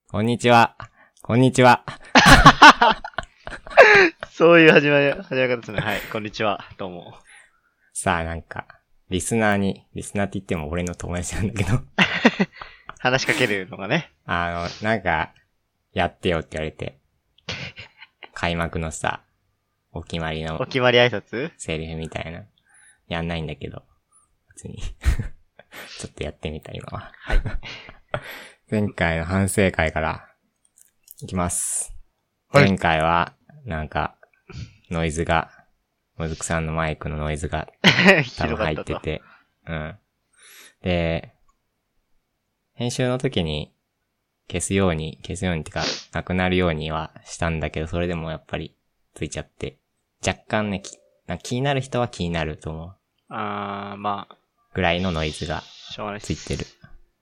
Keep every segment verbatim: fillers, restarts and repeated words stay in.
こんにちは。こんにちは。 そういう始まり、始まり方ですね。はい。こんにちは。どうも。 さあ、なんか、リスナーに、リスナーって言っても俺の友達なんだけど。 話しかけるのがね。 あの、なんか、やってよって言われて。開幕のさ、お決まりのお決まり挨拶セリフみたいな。やんないんだけど。別に。ちょっとやってみた、今は。 はい。 前回の反省会から、いきます。 はい前回は、なんか、ノイズが、もずくさんのマイクのノイズが多分入ってて、うん。で、編集の時に消すように、消すようにってか、なくなるようにはしたんだけど、それでもやっぱりついちゃって、若干ね、きなんか気になる人は気になると思う。 あー、まあ。 ぐらいのノイズがしょうがないついてる。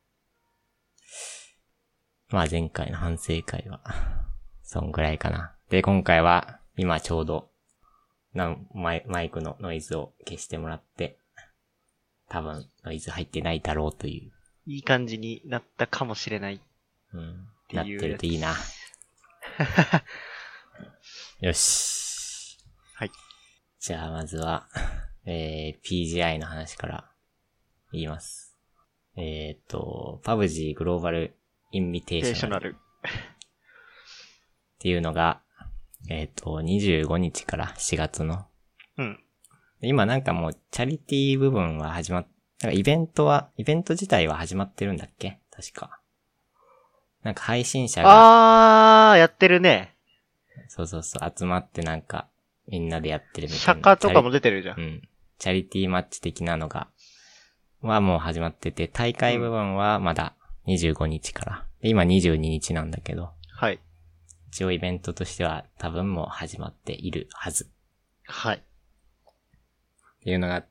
まあ前回の反省会は、そんぐらいかな。で、今回は、今ちょうど、なんマイ、マイクのノイズを消してもらって、多分ノイズ入ってないだろうという。 いい感じになったかもしれない。 うん。 ていうなってるといいな。よし。 はい。 じゃあまずは、えー、ピージーアイ の話から言います。えーと、パブジー グローバルインビテーショナルっていうのが、えっと、にじゅうごにちからしがつの。 うん。 今なんかもうチャリティー部分は始まっ、なんかイベントは、イベント自体は始まってるんだっけ確か。なんか配信者が。あー、やってるね。 そうそうそう、集まってなんか、みんなでやってるみたいな。 釈迦とかも出てるじゃん。 うん。チャリティーマッチ的なのが、はもう始まってて、大会部分はまだにじゅうごにちから。で今にじゅうににちなんだけど。 はい。 一応イベントとしては多分もう始まっているはず。 はい。 っていうのがあって、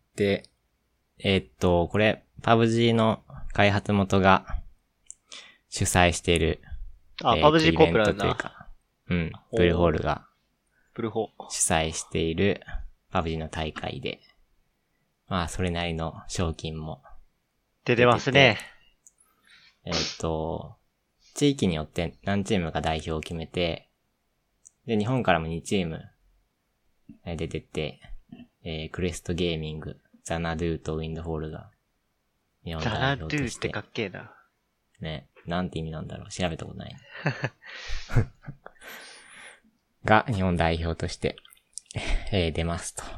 えー、っと、これ、パブジー の開発元が主催している、 あ、 えー、 パブジー コープイベンなんだ。 トというか、うん、ブルーホールが、 ブルーホ主催しているパブジー の大会で、まあ、それなりの賞金も出てますね。 えー、っと、地域によって何チームか代表を決めて、で、日本からもにチーム出てて、えー、クレストゲーミング、ザナドゥとウィンドフォールが日本代表として。 ザナドゥってかっけえな。 ね、なんて意味なんだろう、調べたことない。が日本代表として、えー、出ますと。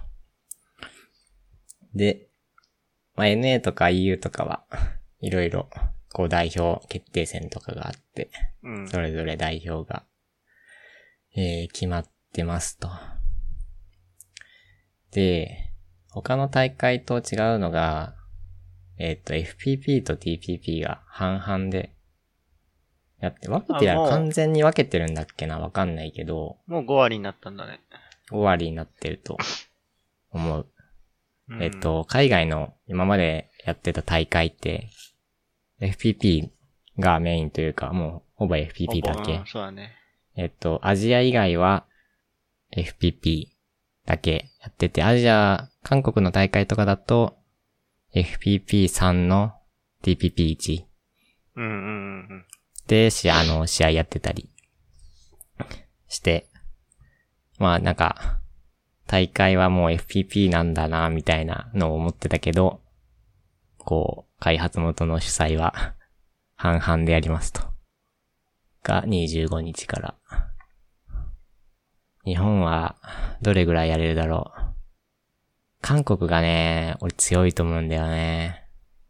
で、まあ、エヌエー とか イーユー とかはいろいろこう代表決定戦とかがあって、 うん、 それぞれ代表が、えー、決まってますと。で、他の大会と違うのが、えっと、エフピーピー と ティーピーピー が半々で、やって、分けてやる、完全に分けてるんだっけなわかんないけど。 もうごわりになったんだね。 ごわりになってると思う。うん、えっと、海外の今までやってた大会って、エフピーピー がメインというか、もうほぼ エフピーピー だけ。 うん、そうだね。 えっと、アジア以外は エフピーピー だけやってて、アジア、韓国の大会とかだと エフピーピースリー の ティーピーピーワン。 うんうんうんうん。 で、試合、あの、試合やってたりして、まあなんか、大会はもう エフピーピー なんだな、みたいなのを思ってたけど、こう、開発元の主催は半々でやりますと。がにじゅうごにちから。日本はどれぐらいやれるだろう。韓国がね、俺強いと思うんだよね。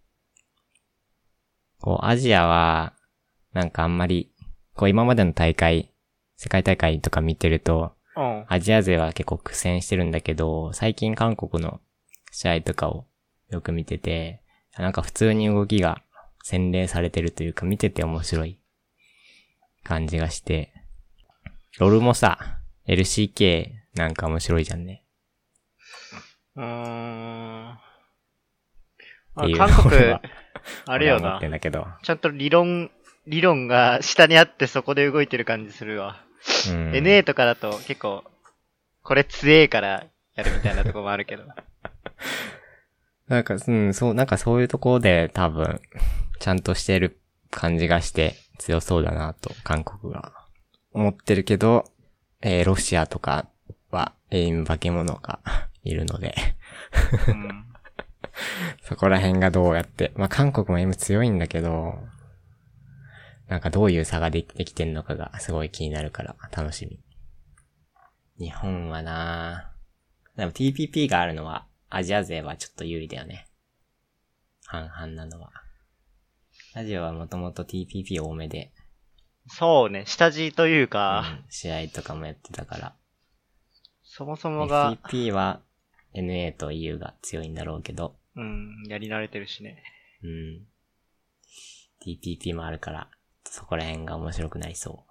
こう、アジアは、なんかあんまり、こう今までの大会、世界大会とか見てると、 うん、 アジア勢は結構苦戦してるんだけど、最近韓国の試合とかをよく見てて、なんか普通に動きが洗練されてるというか見てて面白い感じがして、ロルもさ、エルシーケー なんか面白いじゃんね。 うーん。 っていう韓国、あれよな。 ってんだけど。 ちゃんと理論、理論が下にあってそこで動いてる感じするわ。うん、エヌエー とかだと結構、これ強えからやるみたいなとこもあるけど。 なんか、うん、そう、なんかそういうところで多分、ちゃんとしてる感じがして、 強そうだなと、韓国が思ってるけど、えー、ロシアとかはエイム化け物がいるので、 うん、 そこら辺がどうやって、まあ韓国もエイム強いんだけど、なんかどういう差ができてきてんのかがすごい気になるから楽しみ。日本はなぁ。でも ティーピーピー があるのはアジア勢はちょっと有利だよね。半々なのは。アジアはもともと ティーピーピー 多めで。 そうね、下地というか、 うん、試合とかもやってたから。 そもそもが。 エフピーピー は エヌエー と イーユー が強いんだろうけど。 うん、やり慣れてるしね。 うん。ティーピーピー もあるから、そこら辺が面白くなりそう。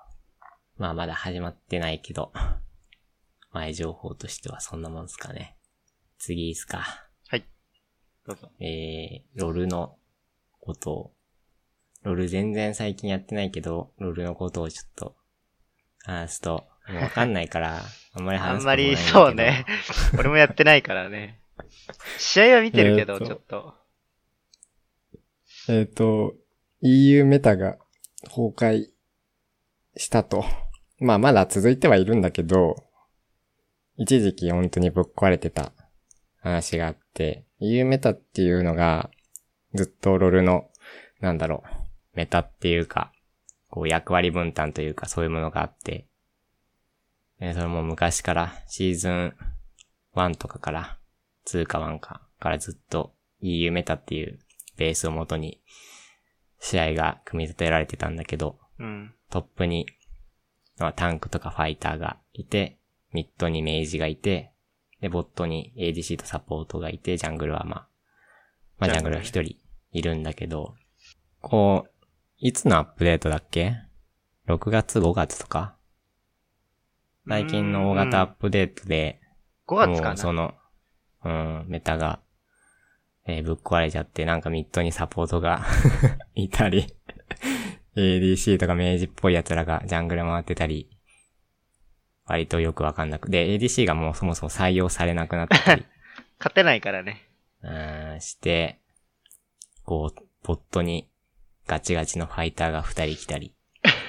まあまだ始まってないけど、前情報としてはそんなもんすかね。次いいっすか。 はい。どうぞ。 えー、ロルのことを、ロル全然最近やってないけど、ロルのことをちょっと話すと、もうわかんないから、あんまり話すこともないんだけど。 あんまりそうね。俺もやってないからね。試合は見てるけど、ちょっと。 えっと、イーユー メタが崩壊したと。まあまだ続いてはいるんだけど、一時期本当にぶっ壊れてた話があって、イーユー メタっていうのがずっとロルの、なんだろう、メタっていうか、こう役割分担というかそういうものがあって、えー、それも昔からシーズンワンとかからツーかワンかからずっと イーユー メタっていうベースを元に試合が組み立てられてたんだけど、 うん、 トップに、まあ、タンクとかファイターがいて、ミッドにメイジがいて、で、ボットに エーディーシー とサポートがいて、ジャングルはまあ、まあジャングルは一人いるんだけど、こう、いつのアップデートだっけ ?ろく 月ごがつとか最近の大型アップデートで、 ごがつかな、 もうその、うん、メタが、えー、ぶっ壊れちゃって、なんかミッドにサポートがいたり、エーディーシー とかメイジっぽい奴らがジャングル回ってたり、割とよくわかんなく。で、エーディーシー がもうそもそも採用されなくなってたり。 勝てないからね。 うーん、して、こう、ボットにガチガチのファイターが二人来たり。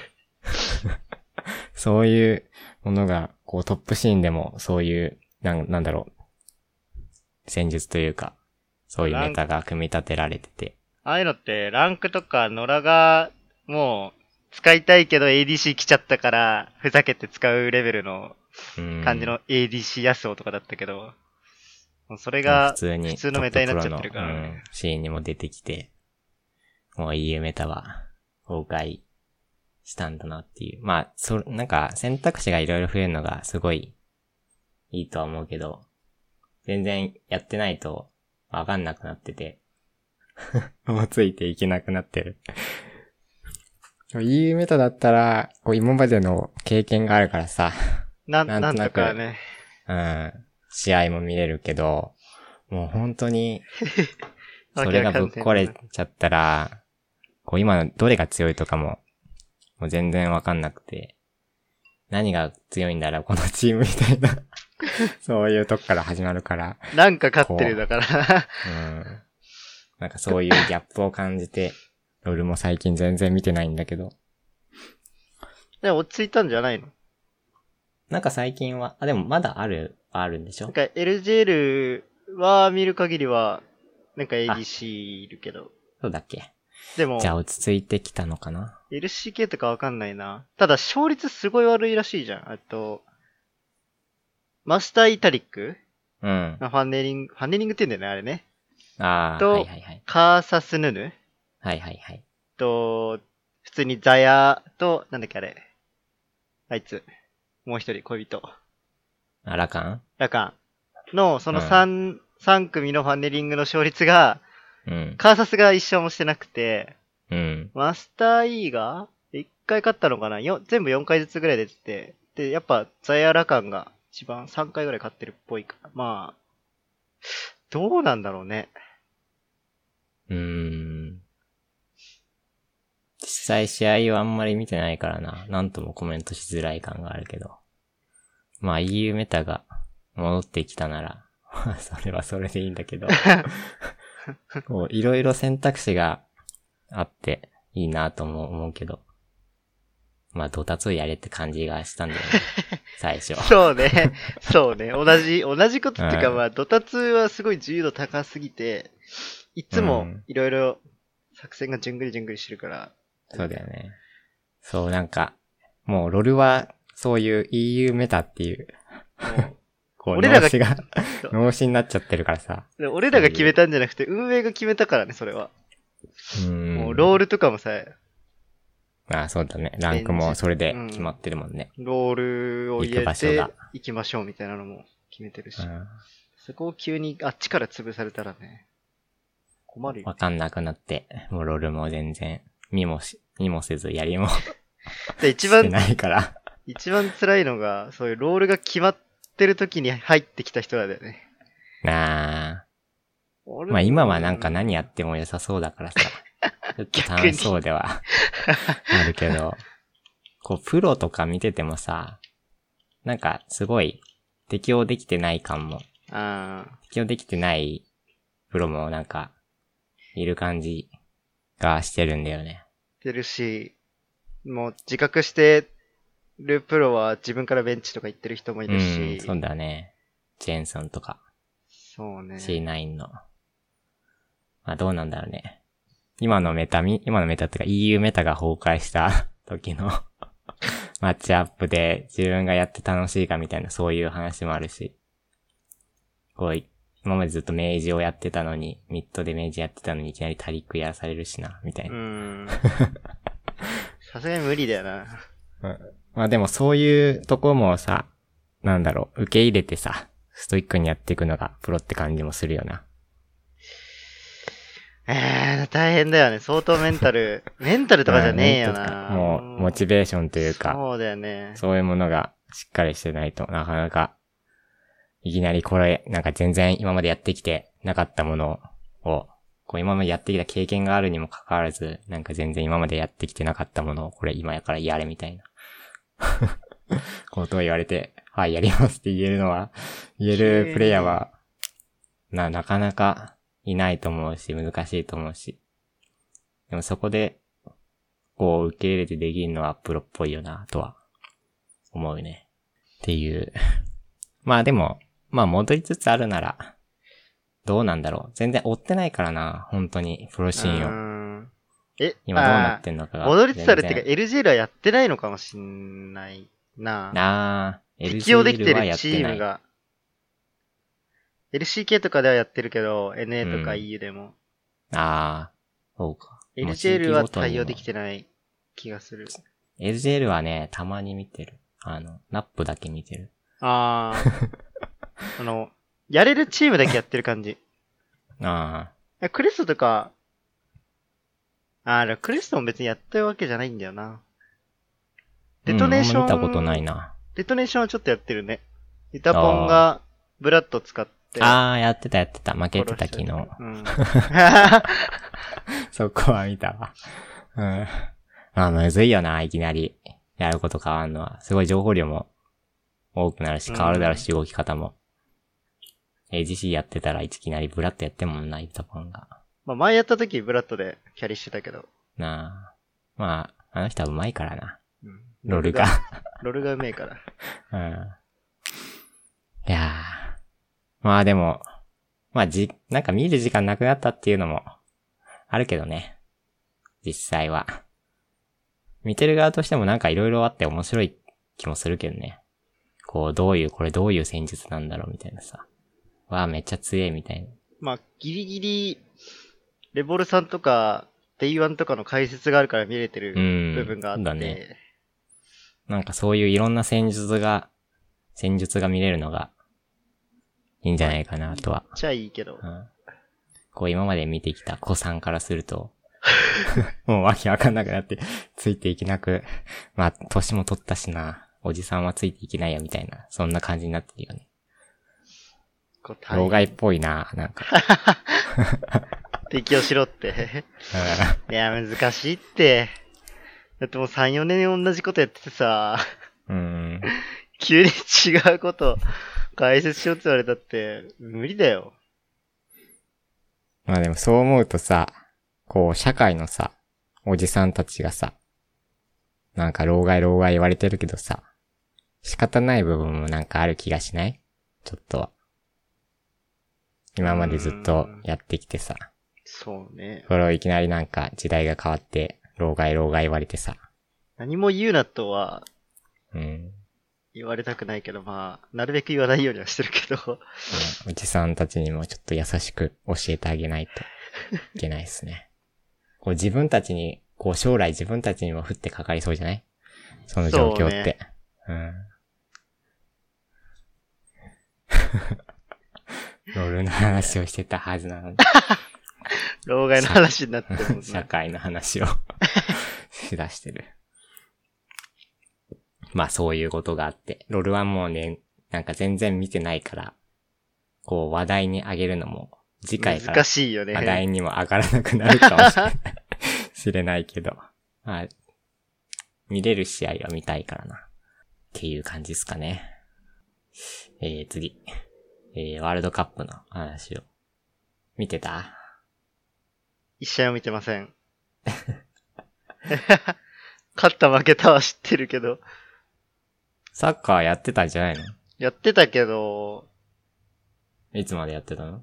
そういうものが、こうトップシーンでもそういう、なん、なんだろう、戦術というか、そういうメタが組み立てられてて。 ああいうのってランクとか野良がもう使いたいけど エーディーシー 来ちゃったからふざけて使うレベルの感じの エーディーシー ヤスオとかだったけど、もうそれが普通に普通のメタになっちゃってるから、ね、 うん、シーンにも出てきて、もう イーユー メタは崩壊したんだなっていう。まあ、そ、なんか選択肢がいろいろ増えるのがすごいいいとは思うけど、全然やってないとわかんなくなってて、もうついていけなくなってる。イーユー メタだったら、こう今までの経験があるからさ、 な、なんとかね。 うん。試合も見れるけど、もう本当に、それがぶっ壊れちゃったら、こう今のどれが強いとかも、もう全然わかんなくて、何が強いんだろうこのチームみたいな、そういうとこから始まるから。 なんか勝ってるだから。 うん。なんかそういうギャップを感じて、ロールも最近全然見てないんだけど。 でも落ち着いたんじゃないの？ なんか最近は、あ、でもまだある、あるんでしょ？ なんか エルジェーエル は見る限りは、なんか エーディーシー いるけど。 そうだっけ？ でも、 じゃあ落ち着いてきたのかな？ エルシーケー とかわかんないな。ただ勝率すごい悪いらしいじゃん。あと、マスターイタリック？ うん。 ファンネリング、ファンネリングって言うんだよね、あれね。 ああ、 と、 はいはいはい。 カーサスヌヌ？ はいはいはい。 と、普通にザヤと、なんだっけあれ。あいつ。もう一人、恋人。 あ、ラカン？ ラカン。の、その三、うん、三組のファンネリングの勝率が、 うん。 カーサスが一勝もしてなくて、 うん。 マスター E が、一回勝ったのかなよ全部よんかいずつぐらい出てて、で、やっぱザヤラカンが一番さんかいぐらい勝ってるっぽいから、まあ、どうなんだろうね。 うーん。実際試合はあんまり見てないからな。なんともコメントしづらい感があるけど。まあ イーユー メタが戻ってきたなら、それはそれでいいんだけど。こういろいろ選択肢があっていいなとも思うけど。 まあドタツーやれって感じがしたんだよね。最初。 そうね。そうね。同じ、同じことっていうか、まあ、ドタツーはすごい自由度高すぎて、いつもいろいろ作戦がじゅんぐりじゅんぐりしてるから。 うん、そうだよね。そう、なんか、もうロルはそういう イーユー メタっていう、こう、 俺らが脳死が、脳死になっちゃってるからさ。 俺らが決めたんじゃなくて、運営が決めたからね、それは。うん。もうロールとかもさ、 ああ、そうだね。ランクもそれで決まってるもんね。 うん、ロールを入れて行きましょうみたいなのも決めてるし。うん、そこを急にあっちから潰されたらね、困るよ。 わかんなくなって、もうロールも全然、見もし、見もせずやりもで一番してないから。 一番辛いのが、そういうロールが決まってる時に入ってきた人だよね。 ああ。まあ今はなんか何やっても良さそうだからさ。ちょっと楽しそうではあるけど、こうプロとか見ててもさ、なんかすごい適応できてない感も、 あ適応できてないプロもなんかいる感じがしてるんだよね。 してるし、もう自覚してるプロは自分からベンチとか行ってる人もいるし、 うん、そうだね。ジェンソンとか、 そうね。 シーナイン の、まあどうなんだろうね。今のメタ、今のメタってか イーユー メタが崩壊した時のマッチアップで自分がやって楽しいかみたいなそういう話もあるし。こう、今までずっと明治をやってたのに、ミッドで明治やってたのにいきなりタリックやらされるしな、みたいな。うーん。 さすがに無理だよな。 うん、まあでもそういうとこもさ、なんだろう、受け入れてさ、ストイックにやっていくのがプロって感じもするよな。 えー、大変だよね。相当メンタル、メンタルとかじゃねえよな。 もう、モチベーションというか、 そうだよね。 そういうものがしっかりしてないとなかなか、いきなりこれ、なんか全然今までやってきてなかったものを、こう今までやってきた経験があるにもかかわらず、なんか全然今までやってきてなかったものを、これ今やからやれみたいな。ことを言われて、はい、やりますって言えるのは、言えるプレイヤーは、な、なかなかいないと思うし、難しいと思うし。でもそこで、こう受け入れてできるのはプロっぽいよな、とは、思うね。っていう。まあでも、まあ戻りつつあるなら、どうなんだろう。全然追ってないからな、本当に、プロシーンを。 え、 今どうなってんのかが。 戻りつつあるっていうか、エルジーエル はやってないのかもしんないな。 ああ、 適応できてるチームが。エルシーケー とかではやってるけど、エヌエー とか イーユー でも。 うん、ああ、そうか。 エルジーエル は対応できてない気がする。 エルジーエル はね、たまに見てる。あの、ナップだけ見てる。 ああ。あの、やれるチームだけやってる感じ。 ああ。クリストとか、ああ、クリストも別にやってるわけじゃないんだよな。デトネーション、うん、 見たことないな。 デトネーションはちょっとやってるね。ユタポンがブラッド使って。 ああ、やってたやってた。負けてた昨日。うん、そこは見たわ。うん。まあ、むずいよな、いきなり。やること変わんのは。すごい情報量も多くなるし、変わるだろうし、動き方も。エージーシー やってたらいきなりブラッドやってんもんな、ユタポンが。 まあ、前やった時ブラッドでキャリーしてたけど。 なあ。まあ、あの人は上手いからな。 うん、 ロルが。 ロルが上手いから。 うん。いやー。まあでも、まあじ、なんか見る時間なくなったっていうのも、あるけどね。実際は。見てる側としてもなんか色々あって面白い気もするけどね。こう、どういう、これどういう戦術なんだろうみたいなさ。わあ、めっちゃ強いみたいな。 まあ、ギリギリ、レボルさんとか、デイワンとかの解説があるから見れてる部分があって。だね。 なんかそういういろんな戦術が、戦術が見れるのが、いいんじゃないかなとは。 めっちゃいいけど。 うん、こう今まで見てきた子さんからすると、もうわけわかんなくなって、ついていけなく、まあ、年も取ったしな、おじさんはついていけないよみたいな、そんな感じになってるよね。老害っぽいな、なんか。 適応しろって。いや、難しいって。だってもうさん、よねん同じことやっててさ、 うん、 急に違うこと解説しようって言われたって、無理だよ。 まあでもそう思うとさ、こう、社会のさ、おじさんたちがさ、 なんか老害老害言われてるけどさ、仕方ない部分もなんかある気がしない？ちょっとは。今までずっとやってきてさ。 そうね。 これをいきなりなんか時代が変わって、老害老害言われてさ。 何も言うなとは、 うん。 言われたくないけど、まあ、なるべく言わないようにはしてるけど。 おじさんたちにもちょっと優しく教えてあげないといけないですね。こう自分たちに、こう将来自分たちにも降ってかかりそうじゃない？その状況って。うね、うん。ロールの話をしてたはずなのに。 老害の話になってるもんね。 社会の話をしだしてる。まあそういうことがあって、ロールはもうね、なんか全然見てないから、こう話題に上げるのも、次回から話題にも上がらなくなるかもしれない。知れないけど。まあ、見れる試合は見たいからな。っていう感じですかね。えー、次。えー、ワールドカップの話を。見てた？ 一試合も見てません。勝った負けたは知ってるけど。 サッカーやってたんじゃないの？ やってたけど。 いつまでやってたの？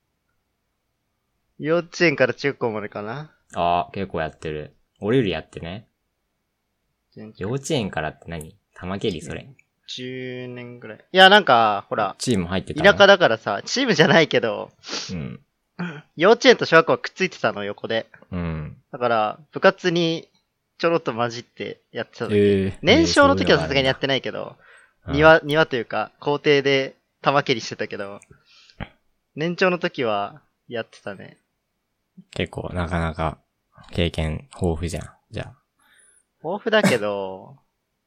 幼稚園から中高までかな。 ああ、結構やってる。俺よりやってね。幼稚園からって何？玉蹴りそれ。 じゅうねんぐらい。いや、なんか、ほら。 チーム入ってたの？ 田舎だからさ、チームじゃないけど。 うん。 幼稚園と小学校はくっついてたの、横で。 うん。 だから、部活にちょろっと混じってやってた時。 えー、 年少の時はさすがにやってないけど、えー、庭、庭というか、校庭で玉蹴りしてたけど、年長の時はやってたね。 結構、なかなか、経験豊富じゃん、じゃあ。 豊富だけど、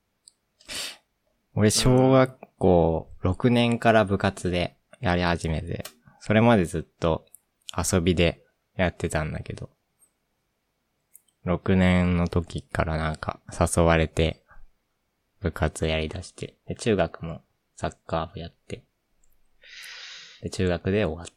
俺、小学校ろくねんから部活でやり始めて、それまでずっと遊びでやってたんだけど、ろくねんの時からなんか誘われて、部活やり出して、で中学もサッカー部やって、で中学で終わった。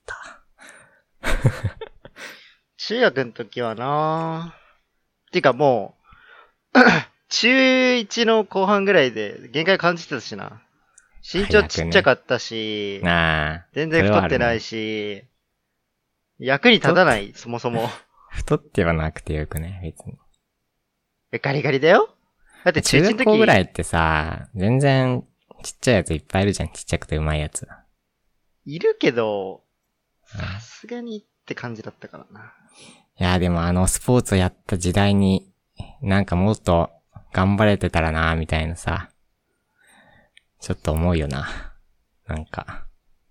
中学の時はなぁ。てかもう、中いちの後半ぐらいで限界感じてたしな。身長ちっちゃかったし、 ね、あ全然太ってないし、ね、役に立たない、そもそも。 太ってはなくてよくね、別に。 え、ガリガリだよ？だって中いちの時。 中学校ぐらいってさ、全然ちっちゃいやついっぱいいるじゃん、ちっちゃくてうまいやつ。 いるけど、さすがにって感じだったからな。 いや、でもあのスポーツをやった時代に、なんかもっと頑張れてたらな、みたいなさ、ちょっと思うよな。なんか。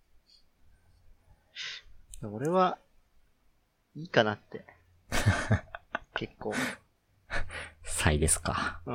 俺は、いいかなって。結構。 サイですか。 うん。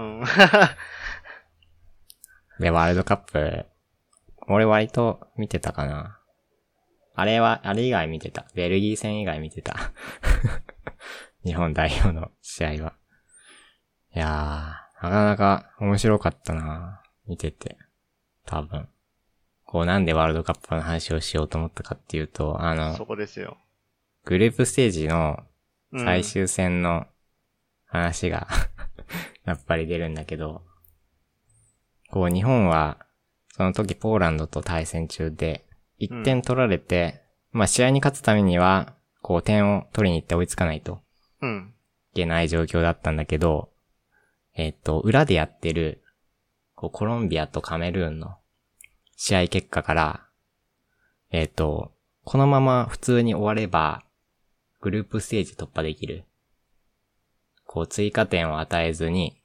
で、ワールドカップ、俺割と見てたかな。あれは、あれ以外見てた。ベルギー戦以外見てた。日本代表の試合は。いやー、なかなか面白かったな。見てて。多分。こうなんでワールドカップの話をしようと思ったかっていうと、あの、 そこですよ。 グループステージの最終戦の話が、うん、やっぱり出るんだけど、こう日本は、その時ポーランドと対戦中で、いってん取られて、うん、まあ試合に勝つためには、こう点を取りに行って追いつかないと。 うん。 いけない状況だったんだけど、えっと、裏でやってる、こうコロンビアとカメルーンの試合結果から、えっと、このまま普通に終われば、グループステージ突破できる。こう追加点を与えずに、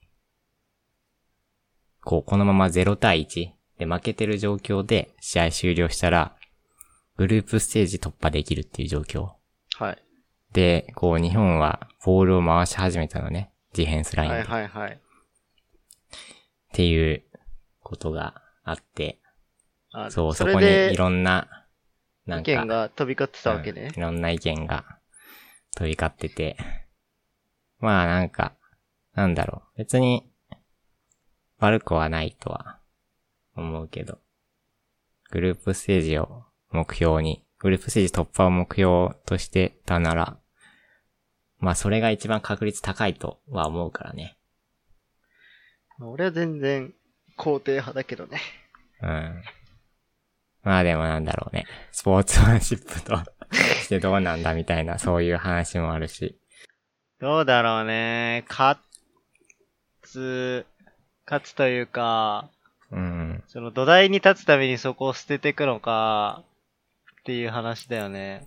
こうこのままゼロたいいちで負けてる状況で試合終了したら、グループステージ突破できるっていう状況。 はい。 で、こう日本はボールを回し始めたのね。ディフェンスラインで。 はいはいはい。 っていうことがあって、 あそう、そこにいろんな、 なんか、意見が飛び交ってたわけね、 うん。いろんな意見が飛び交ってて、まあなんか、なんだろう。別に、悪くはないとは思うけど、グループステージを目標に、グループステージ突破を目標としてたなら、まあそれが一番確率高いとは思うからね。 俺は全然肯定派だけどね。 うん。まあでもなんだろうね。スポーツマンシップとしてどうなんだみたいな、そういう話もあるし。 どうだろうね。勝つ、勝つというか、 うん。 その土台に立つためにそこを捨てていくのか、っていう話だよね。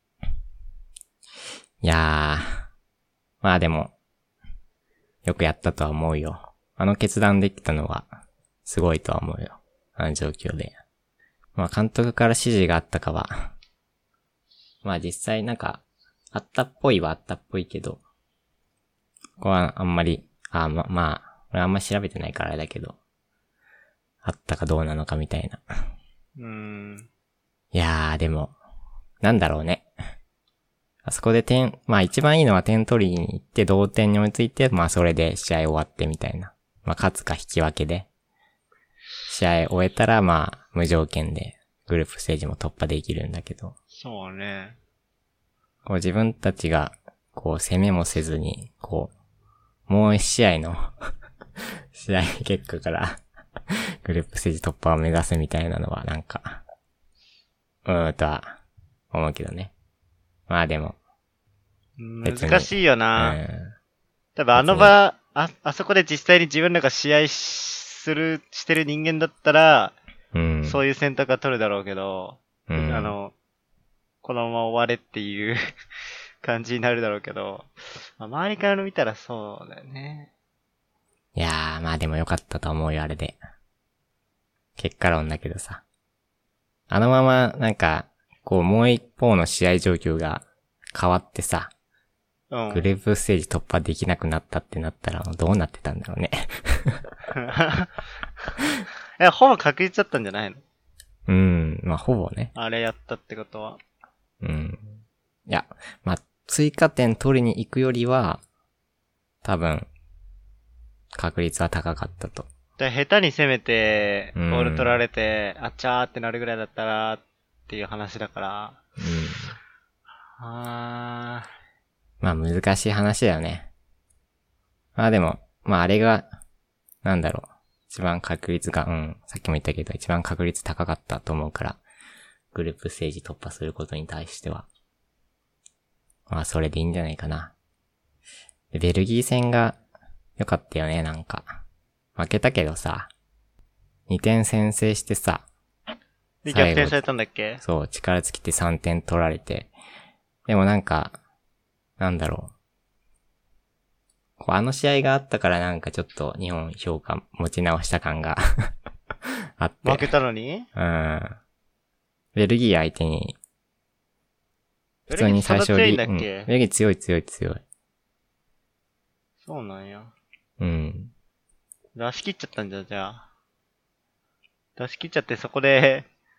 いやー。まあでも、よくやったとは思うよ。あの決断できたのは、すごいとは思うよ。あの状況で。まあ監督から指示があったかは、まあ実際なんか、あったっぽいはあったっぽいけど、ここはあんまり、あま、まあ、俺あんま調べてないからあれだけど、あったかどうなのかみたいな。 うーん。 いやーでも、なんだろうね。あそこで点、まあ一番いいのは点取りに行って同点に追いついて、まあそれで試合終わってみたいな。まあ勝つか引き分けで、試合終えたらまあ無条件でグループステージも突破できるんだけど。 そうね。 こう自分たちが、こう攻めもせずに、こう、もう一試合の試合結果からグループステージ突破を目指すみたいなのはなんか、うーんとは思うけどね。まあでも。 難しいよな。 うん、 多分あの場、あ、あそこで実際に自分らが試合する、してる人間だったら、 うん、 そういう選択は取るだろうけど、 うん、 あの、このまま終われっていう感じになるだろうけど、まあ、周りから見たらそうだよね。 いやー、まあでもよかったと思うよ、あれで。結果論だけどさ。あのまま、なんか、こうもう一方の試合状況が変わってさ、 うん。 グループステージ突破できなくなったってなったらどうなってたんだろうね。 え、ほぼ確実だったんじゃないの？ うん、まあほぼね。 あれやったってことは。 うん。いや、まあ追加点取りに行くよりは、多分、確率は高かったと。 で下手に攻めて、 うんボール取られて、あっちゃーってなるぐらいだったら、っていう話だから。 うん。 あまあ難しい話だよね。まあでも、まああれが、なんだろう。一番確率が、うん、さっきも言ったけど、一番確率高かったと思うから、グループステージ突破することに対しては。まあそれでいいんじゃないかな。でベルギー戦が良かったよね、なんか。負けたけどさ、にてん先制してさ、 ー。で、逆転されたんだっけ？ そう、力尽きてさんてん取られて。でもなんか、なんだろう。こうあの試合があったからなんかちょっと日本評価持ち直した感があって。 負けたのに？ うん。ベルギー相手に、普通に最初ベルギーそんな強いんだっうん、 け？ ベルギー強い強い強い。 そうなんや。 うん。 出し切っちゃったんじゃ、じゃあ。出し切っちゃってそこで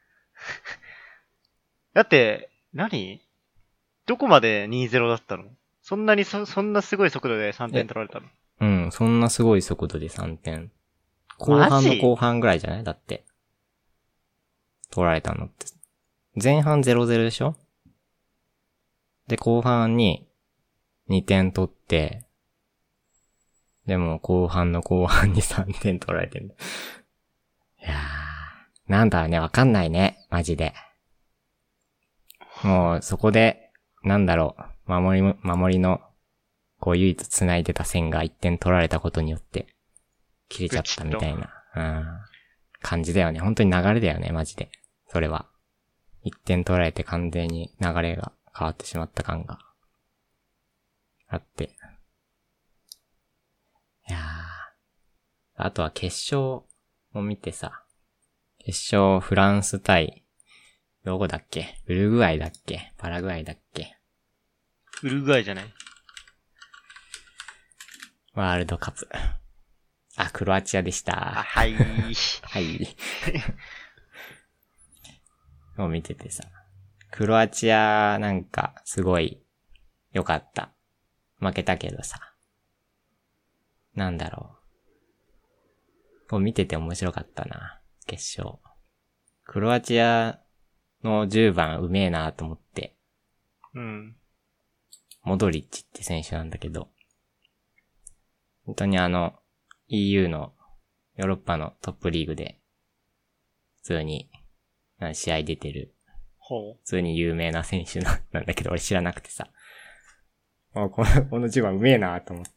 だって、何？どこまで にたいゼロ だったの？そんなにそ、そんなすごい速度でさんてん取られたの？ うん、そんなすごい速度でさんてん。後半の後半ぐらいじゃない？だって。取られたのって。前半 ゼロたいゼロ でしょ？で、後半ににてん取って、でも後半の後半にさんてん取られてる。いやー、なんだろうね、わかんないね、マジで。もうそこで、なんだろう、守り、守りの、こう唯一繋いでた線がいってん取られたことによって、切れちゃったみたいな、うん、感じだよね。本当に流れだよね、マジで。それは。いってん取られて完全に流れが変わってしまった感があって。いやー。あとは決勝も見てさ、決勝フランス対、どこだっけ？ウルグアイだっけ？パラグアイだっけ？ ウルグアイじゃない？ ワールドカップ。あ、クロアチアでした。 あ、はい。 はい。を見ててさ、クロアチアなんかすごい良かった。負けたけどさ。なんだろう。こう見てて面白かったな、決勝。クロアチアのじゅうばんうめえなと思って。 うん。 モドリッチって選手なんだけど、本当にあの、イーユー のヨーロッパのトップリーグで、普通に、試合出てる、 ほう。 普通に有名な選手な、なんだけど、俺知らなくてさ。あ、この、このじゅうばんうめえなと思って。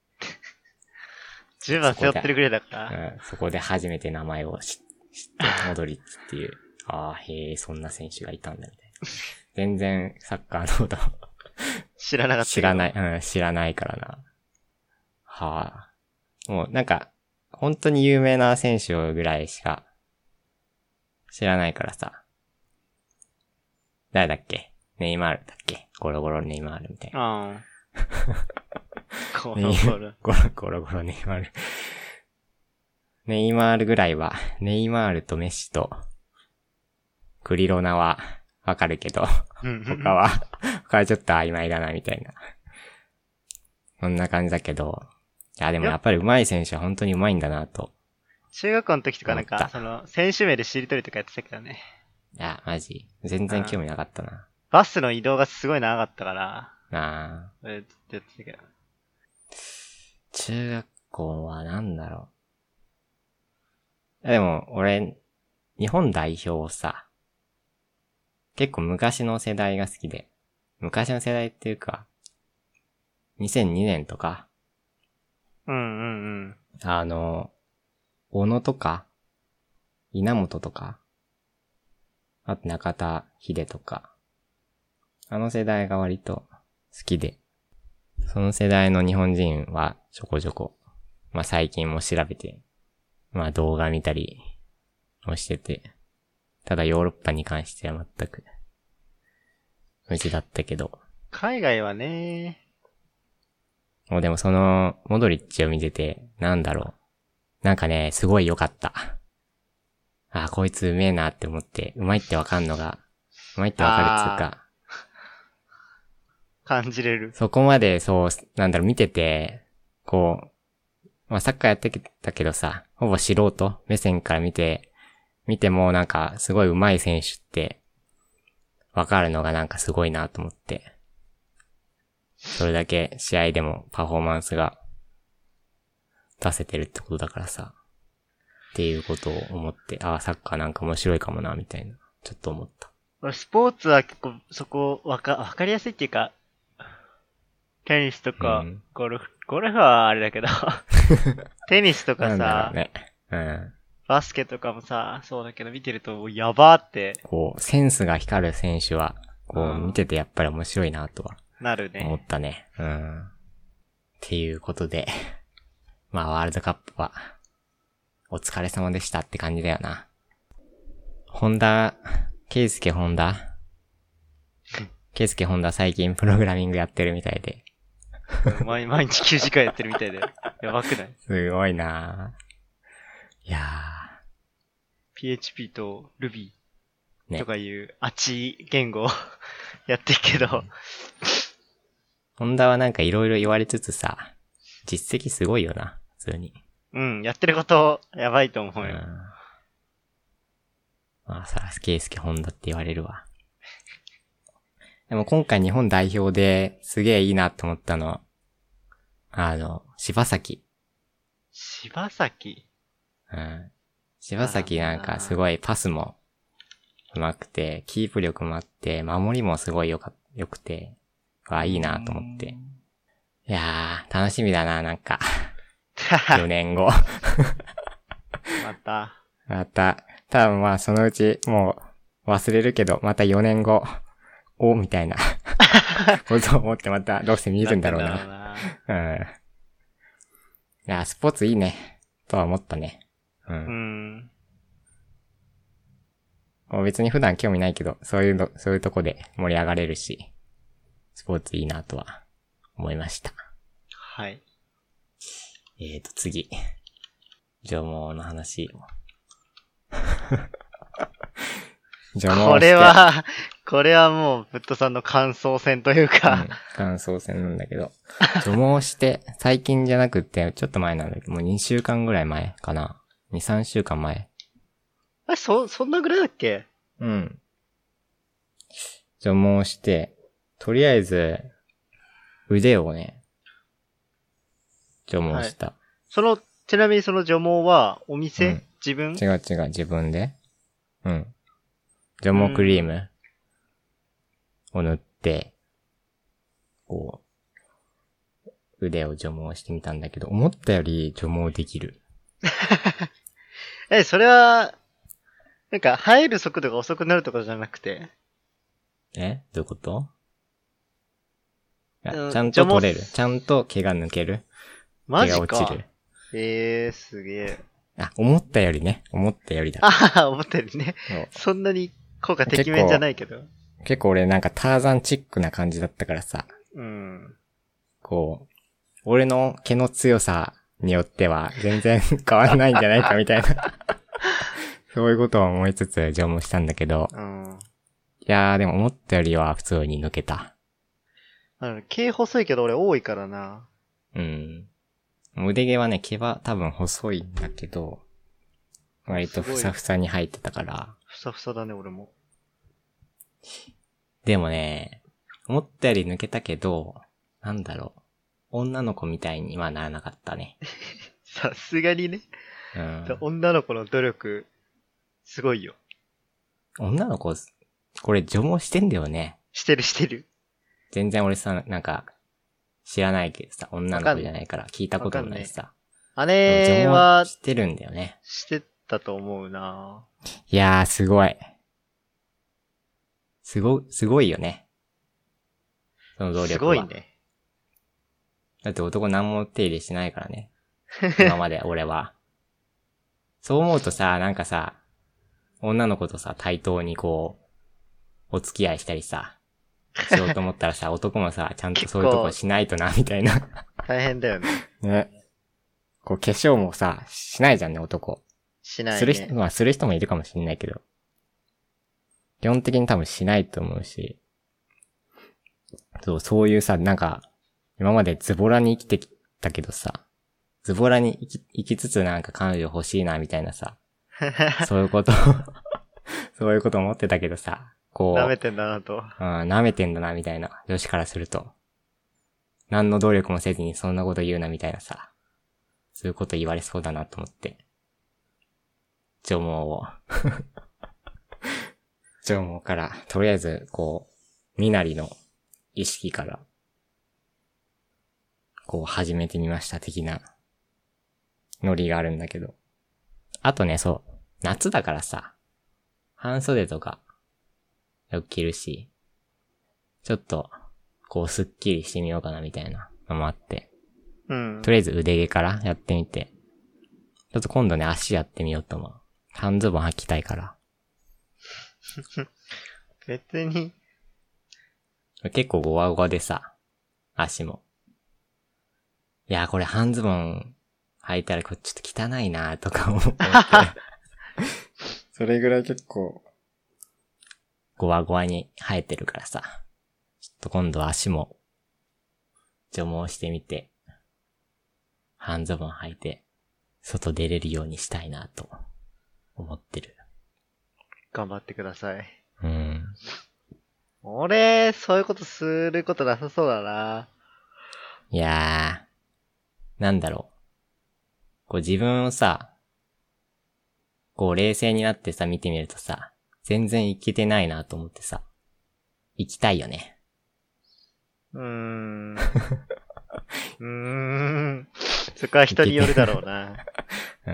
じゅうばん背負ってるぐらいだから。 うん、そこで初めて名前を知って、モドリッチっていう、ああ、へえ、そんな選手がいたんだみたいな。全然サッカーのこと知らなかった。 知らない、うん、知らないからな。はあ。もうなんか、本当に有名な選手ぐらいしか知らないからさ。誰だっけ？ネイマールだっけ？ゴロゴロネイマールみたいな。 ああ。ゴロゴロ。 ゴロゴロゴロネイマール。ネイマールぐらいは、ネイマールとメッシと、クリロナはわかるけど、他は、他はちょっと曖昧だなみたいな。そんな感じだけど、いやでもやっぱり上手い選手は本当に上手いんだなと。 中学校の時とかなんか、その、選手名でしりとりとかやってたけどね。 いや、マジ。全然興味なかったな。 バスの移動がすごい長かったから。 なあ。 え、ずっとやってたけど。 中学校はなんだろう。でも、俺、日本代表をさ、結構昔の世代が好きで、昔の世代っていうか、にせんにねんとか、 うんうんうん。 あの、小野とか、稲本とか、あと中田秀とか、あの世代が割と好きで、その世代の日本人はちょこちょこ、まあ最近も調べて、まあ動画見たりもしてて、ただヨーロッパに関しては全く、無事だったけど。 海外はね、 もうでもその、モドリッチを見てて、なんだろう。なんかね、すごい良かった。あ、こいつうめえなって思って、うまいってわかんのが、うまいってわかるっつうか、 感じれる。 そこまでそう、なんだろう、見てて、こう、まあサッカーやってたけどさ、ほぼ素人目線から見て、見てもなんかすごい上手い選手って、わかるのがなんかすごいなと思って。それだけ試合でもパフォーマンスが出せてるってことだからさ。っていうことを思って、ああ、サッカーなんか面白いかもな、みたいな、ちょっと思った。 俺スポーツは結構そこわか、わかりやすいっていうか、テニスとか、うん、ゴルフ、ゴルフはあれだけど、テニスとかさ、 なんだろうね。うん。 バスケとかもさ、そうだけど見てるとやばーって。 こう、センスが光る選手は、こう、見ててやっぱり面白いなとは。 なるね。 思ったね。うん。っていうことで、まあワールドカップは、お疲れ様でしたって感じだよな。ホンダ、ケイスケホンダケイスケホンダ最近プログラミングやってるみたいで。 毎, 毎日きゅうじかんやってるみたいで。やばくない？ すごいなぁ。いやー。 ピーエイチピー と Ruby とかいう、ね、あっち言語やってるけど。 ホンダはなんかいろいろ言われつつさ、実績すごいよな、普通に。 うん、やってることやばいと思うよ。うん、 まあ、サラスケイスケホンダって言われるわ。でも今回日本代表ですげえいいなって思ったのは、あの、柴崎。 柴崎うん。柴崎なんかすごいパスも上手くて、キープ力もあって、守りもすごいよか、良くて、あ、いいなと思って。いやー、楽しみだな、なんか。よねんご。 また。 また、多分まあそのうちもう忘れるけど、またよねんご、お、みたいなことを思ってまたどうせ見るんだろうな。なうん。いや、スポーツいいね、とは思ったね。うん。うんもう別に普段興味ないけど、そういうの、そういうとこで盛り上がれるし、スポーツいいなとは思いました。 はい。 えーと、次。除毛の話を。 除毛してこれは、これはもう、ブットさんの感想戦というか、うん、 感想戦なんだけど。除毛して、最近じゃなくて、ちょっと前なんだけど、もうにしゅうかんぐらい前かな。に、さんしゅうかんまえ。 え、そ、そんなぐらいだっけ？ うん。除毛して、とりあえず、腕をね、除毛した。はい、 その、 ちなみにその除毛は、お店、 うん、 自分違う違う、自分で。うん。除毛クリームを塗って、こう、腕を除毛してみたんだけど、思ったより除毛できる。 え、それは、なんか、生える速度が遅くなるとかじゃなくて。 えどういうこと？いや、 うん、 ちゃんと取れる。ちゃんと毛が抜ける。 マジか。 毛が落ちる。 えー、すげえ。 あ、思ったよりね。思ったよりだ。 ああ、思ったよりね。そんなに効果てきめんじゃないけど。 結構俺なんかターザンチックな感じだったからさ。 うん。 こう、俺の毛の強さによっては全然変わんないんじゃないかみたいな。そういうことを思いつつ除毛したんだけど。 うん。 いやーでも思ったよりは普通に抜けた。 あの、毛細いけど俺多いからな。 うん。腕毛はね、毛は多分細いんだけど、割とふさふさに生えてたから。 ふさふさだね、俺も。 でもね、思ったより抜けたけど、なんだろう。女の子みたいにはならなかったね。 さすがにね。うん。女の子の努力、すごいよ。 女の子、これ除毛してんだよね。 してるしてる。 全然俺さ、なんか、知らないけどさ、女の子じゃないから聞いたこともないしさ。 姉は、 してるんだよね。 してたと思うな。 いやー、すごい。すご、すごいよね。その努力は。すごいね。だって男何も手入れしてないからね。今まで俺は。そう思うとさ、なんかさ、女の子とさ、対等にこう、お付き合いしたりさ、しようと思ったらさ、男もさ、ちゃんとそういうとこしないとな、みたいな。 大変だよね。 ね。こう、化粧もさ、しないじゃんね、男。 しないね。 する人、まあ、する人もいるかもしんないけど。基本的に多分しないと思うし。そう、そういうさ、なんか、今までズボラに生きてきたけどさ、ズボラに生き、生きつつなんか彼女欲しいな、みたいなさ。そういうこと、そういうこと思ってたけどさ、こう。 舐めてんだなと。 うん、舐めてんだな、みたいな。女子からすると。何の努力もせずにそんなこと言うな、みたいなさ。そういうこと言われそうだなと思って。除毛を。除毛から、とりあえず、こう、身なりの意識から、こう始めてみました的な、ノリがあるんだけど。あとね、そう、夏だからさ、半袖とか、よく着るし、ちょっと、こうスッキリしてみようかなみたいなのもあって。 うん。 とりあえず腕毛からやってみて。ちょっと今度ね、足やってみようと思う。半ズボン履きたいから。 別に。 結構ゴワゴワでさ、足も。いやーこれ半ズボン履いたらこれちょっと汚いなーとか思って。それぐらい結構、ゴワゴワに生えてるからさ。ちょっと今度は足も、除毛してみて、半ズボン履いて、外出れるようにしたいなと、思ってる。 頑張ってください。 うん。 俺、そういうことすることなさそうだな。 いやー、なんだろう。こう自分をさ、こう冷静になってさ、見てみるとさ、全然いけてないなと思ってさ、行きたいよね。 うーん。うーん。そこは人によるだろうな。 うん。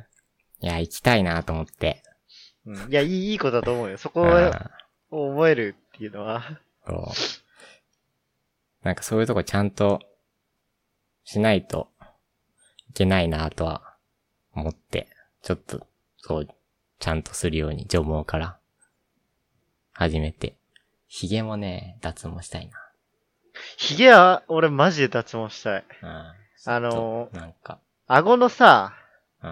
いや、行きたいなと思って。 うん、いや、いい、いいことだと思うよ。そこを思えるっていうのは。 そう。なんかそういうとこちゃんとしないといけないなとは思って、ちょっと、そう、ちゃんとするように除毛から始めて。髭もね、脱毛したいな。 髭は、俺マジで脱毛したい。 うん。あのー、なんか。 顎のさ、 うん。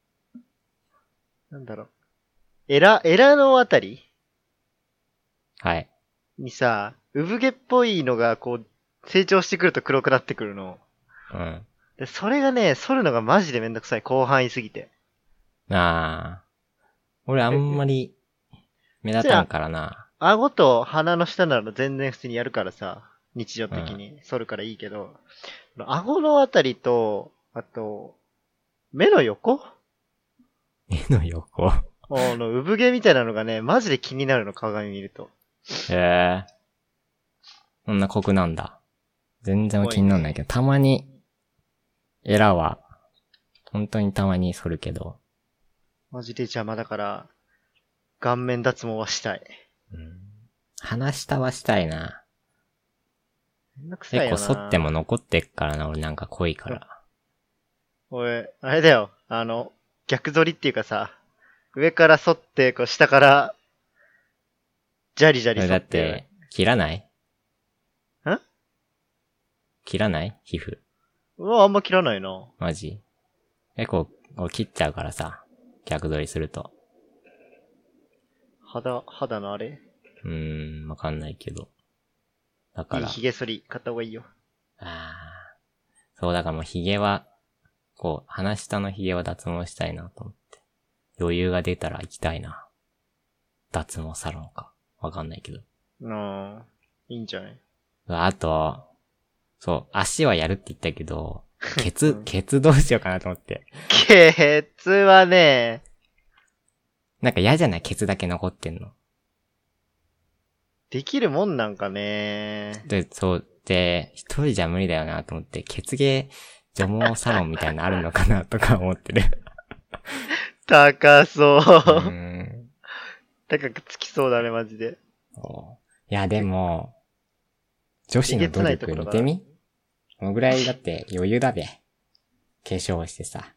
なんだろう。エラ、エラのあたりはい。 にさ、産毛っぽいのがこう、成長してくると黒くなってくるの。 うん。 で、それがね、剃るのがマジでめんどくさい。広範囲すぎて。 ああ。俺あんまり目立たんからな。 顎と鼻の下なら全然普通にやるからさ、日常的に剃るからいいけど、うん、顎のあたりと、あと、 目の横目の横あの、産毛みたいなのがね、マジで気になるの、鏡見ると。 へえ。そんな濃くなんだ。全然気にならないけど、たまに、エラは、本当にたまに剃るけど。 マジで邪魔だから、顔面脱毛はしたい。 うん。鼻下はしたいな。 めんどくさいよな。 結構剃っても残ってっからな、俺なんか濃いから。 俺、あれだよ。あの、逆剃りっていうかさ、上から剃って、こう下から、ジャリジャリ剃って。 だって、切らない？ ん？ 切らない皮膚。 うわ、あんま切らないな。 マジ？結構、俺切っちゃうからさ、逆剃りすると。 肌、肌のあれ？ うーん、わかんないけど。だから。 いい髭剃り買った方がいいよ。 ああ。そう、だからもう髭は、こう、鼻下の髭は脱毛したいなと思って。余裕が出たら行きたいな。脱毛サロンか。わかんないけど。 ああ、いいんじゃない？ あと、そう、足はやるって言ったけど、ケツ、ケツどうしようかなと思って。 ケツはね、 なんか嫌じゃない？ケツだけ残ってんの。 できるもんなんかね。 で、そう、で、一人じゃ無理だよなと思って、ケツ毛除毛サロンみたいなのあるのかなとか思ってる。 高そう。うーん。 高くつきそうだね、マジで。 いや、でも、女子の努力見てみ？このぐらいだって余裕だべ。化粧してさ。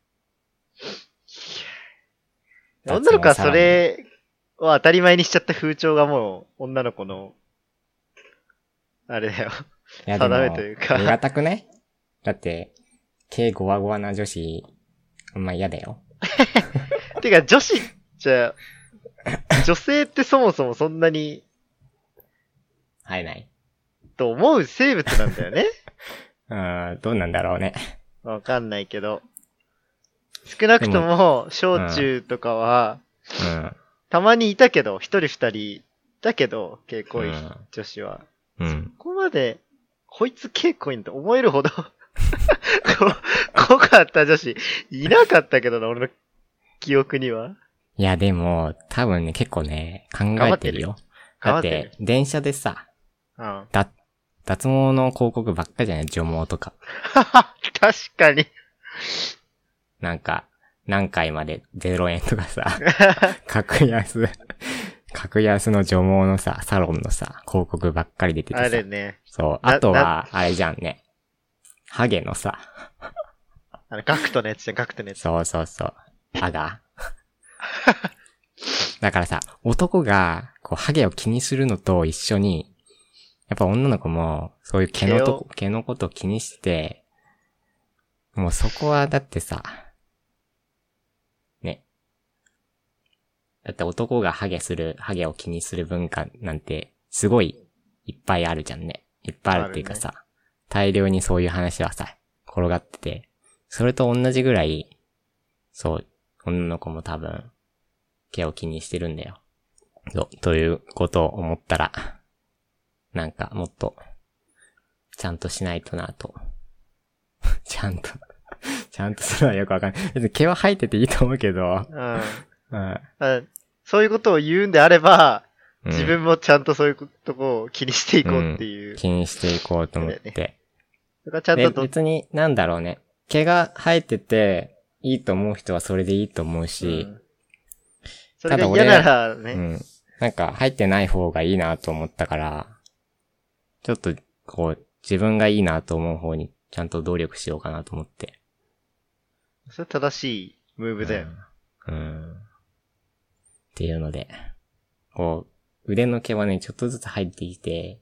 女の子はそれを当たり前にしちゃった風潮がもう女の子の、あれだよ。 いや定めというか。 ありがたくね？だって、毛ゴワゴワな女子、あんま嫌だよ。 てか女子じゃ、女性ってそもそもそんなに、 生えない。 と思う生物なんだよね。 うーん、どうなんだろうね。 わかんないけど。少なくとも、小中とかは、 うん。 たまにいたけど、一人二人、だけど、毛濃い女子は。 うん。 ここまで、こいつ毛濃いんだと思えるほどこ、濃かった女子、いなかったけどな、俺の記憶には。 いや、でも、多分ね、結構ね、考えてるよ。だって、電車でさ、 うん、 だ、脱毛の広告ばっかじゃない？除毛とか。 確かに。 なんか、何回までゼロえんとかさ、格安、格安の除毛のさ、サロンのさ、広告ばっかり出ててさ。 あれね。 そう。あとは、あれじゃんね。ハゲのさ。 あの、ガクトのやつじゃん、ガクトのやつ。 そうそうそう。アガだからさ、男が、こう、ハゲを気にするのと一緒に、やっぱ女の子も、そういう毛のとこ、毛のことを気にして、もうそこはだってさ、ね。だって男がハゲする、ハゲを気にする文化なんて、すごい、いっぱいあるじゃんね。いっぱいあるっていうかさ、ね、大量にそういう話はさ、転がってて、それと同じぐらい、そう、女の子も多分、毛を気にしてるんだよ。と、ということを思ったら、なんかもっと、ちゃんとしないとなと。ちゃんと、ちゃんとするのはよくわかんない。別に毛は生えてていいと思うけど。うん。 うん。そういうことを言うんであれば、うん、自分もちゃんとそういうとこを気にしていこうっていう。 うん、気にしていこうと思って。ね、 だからちゃんと別に、なんだろうね。毛が生えてて、いいと思う人はそれでいいと思うし、うん、 それが嫌ならね、 うん。なんか入ってない方がいいなと思ったから、ちょっと、こう、自分がいいなと思う方にちゃんと努力しようかなと思って。 それ正しいムーブだよ。 うん。うん、っていうので、こう、腕の毛はね、ちょっとずつ入ってきて、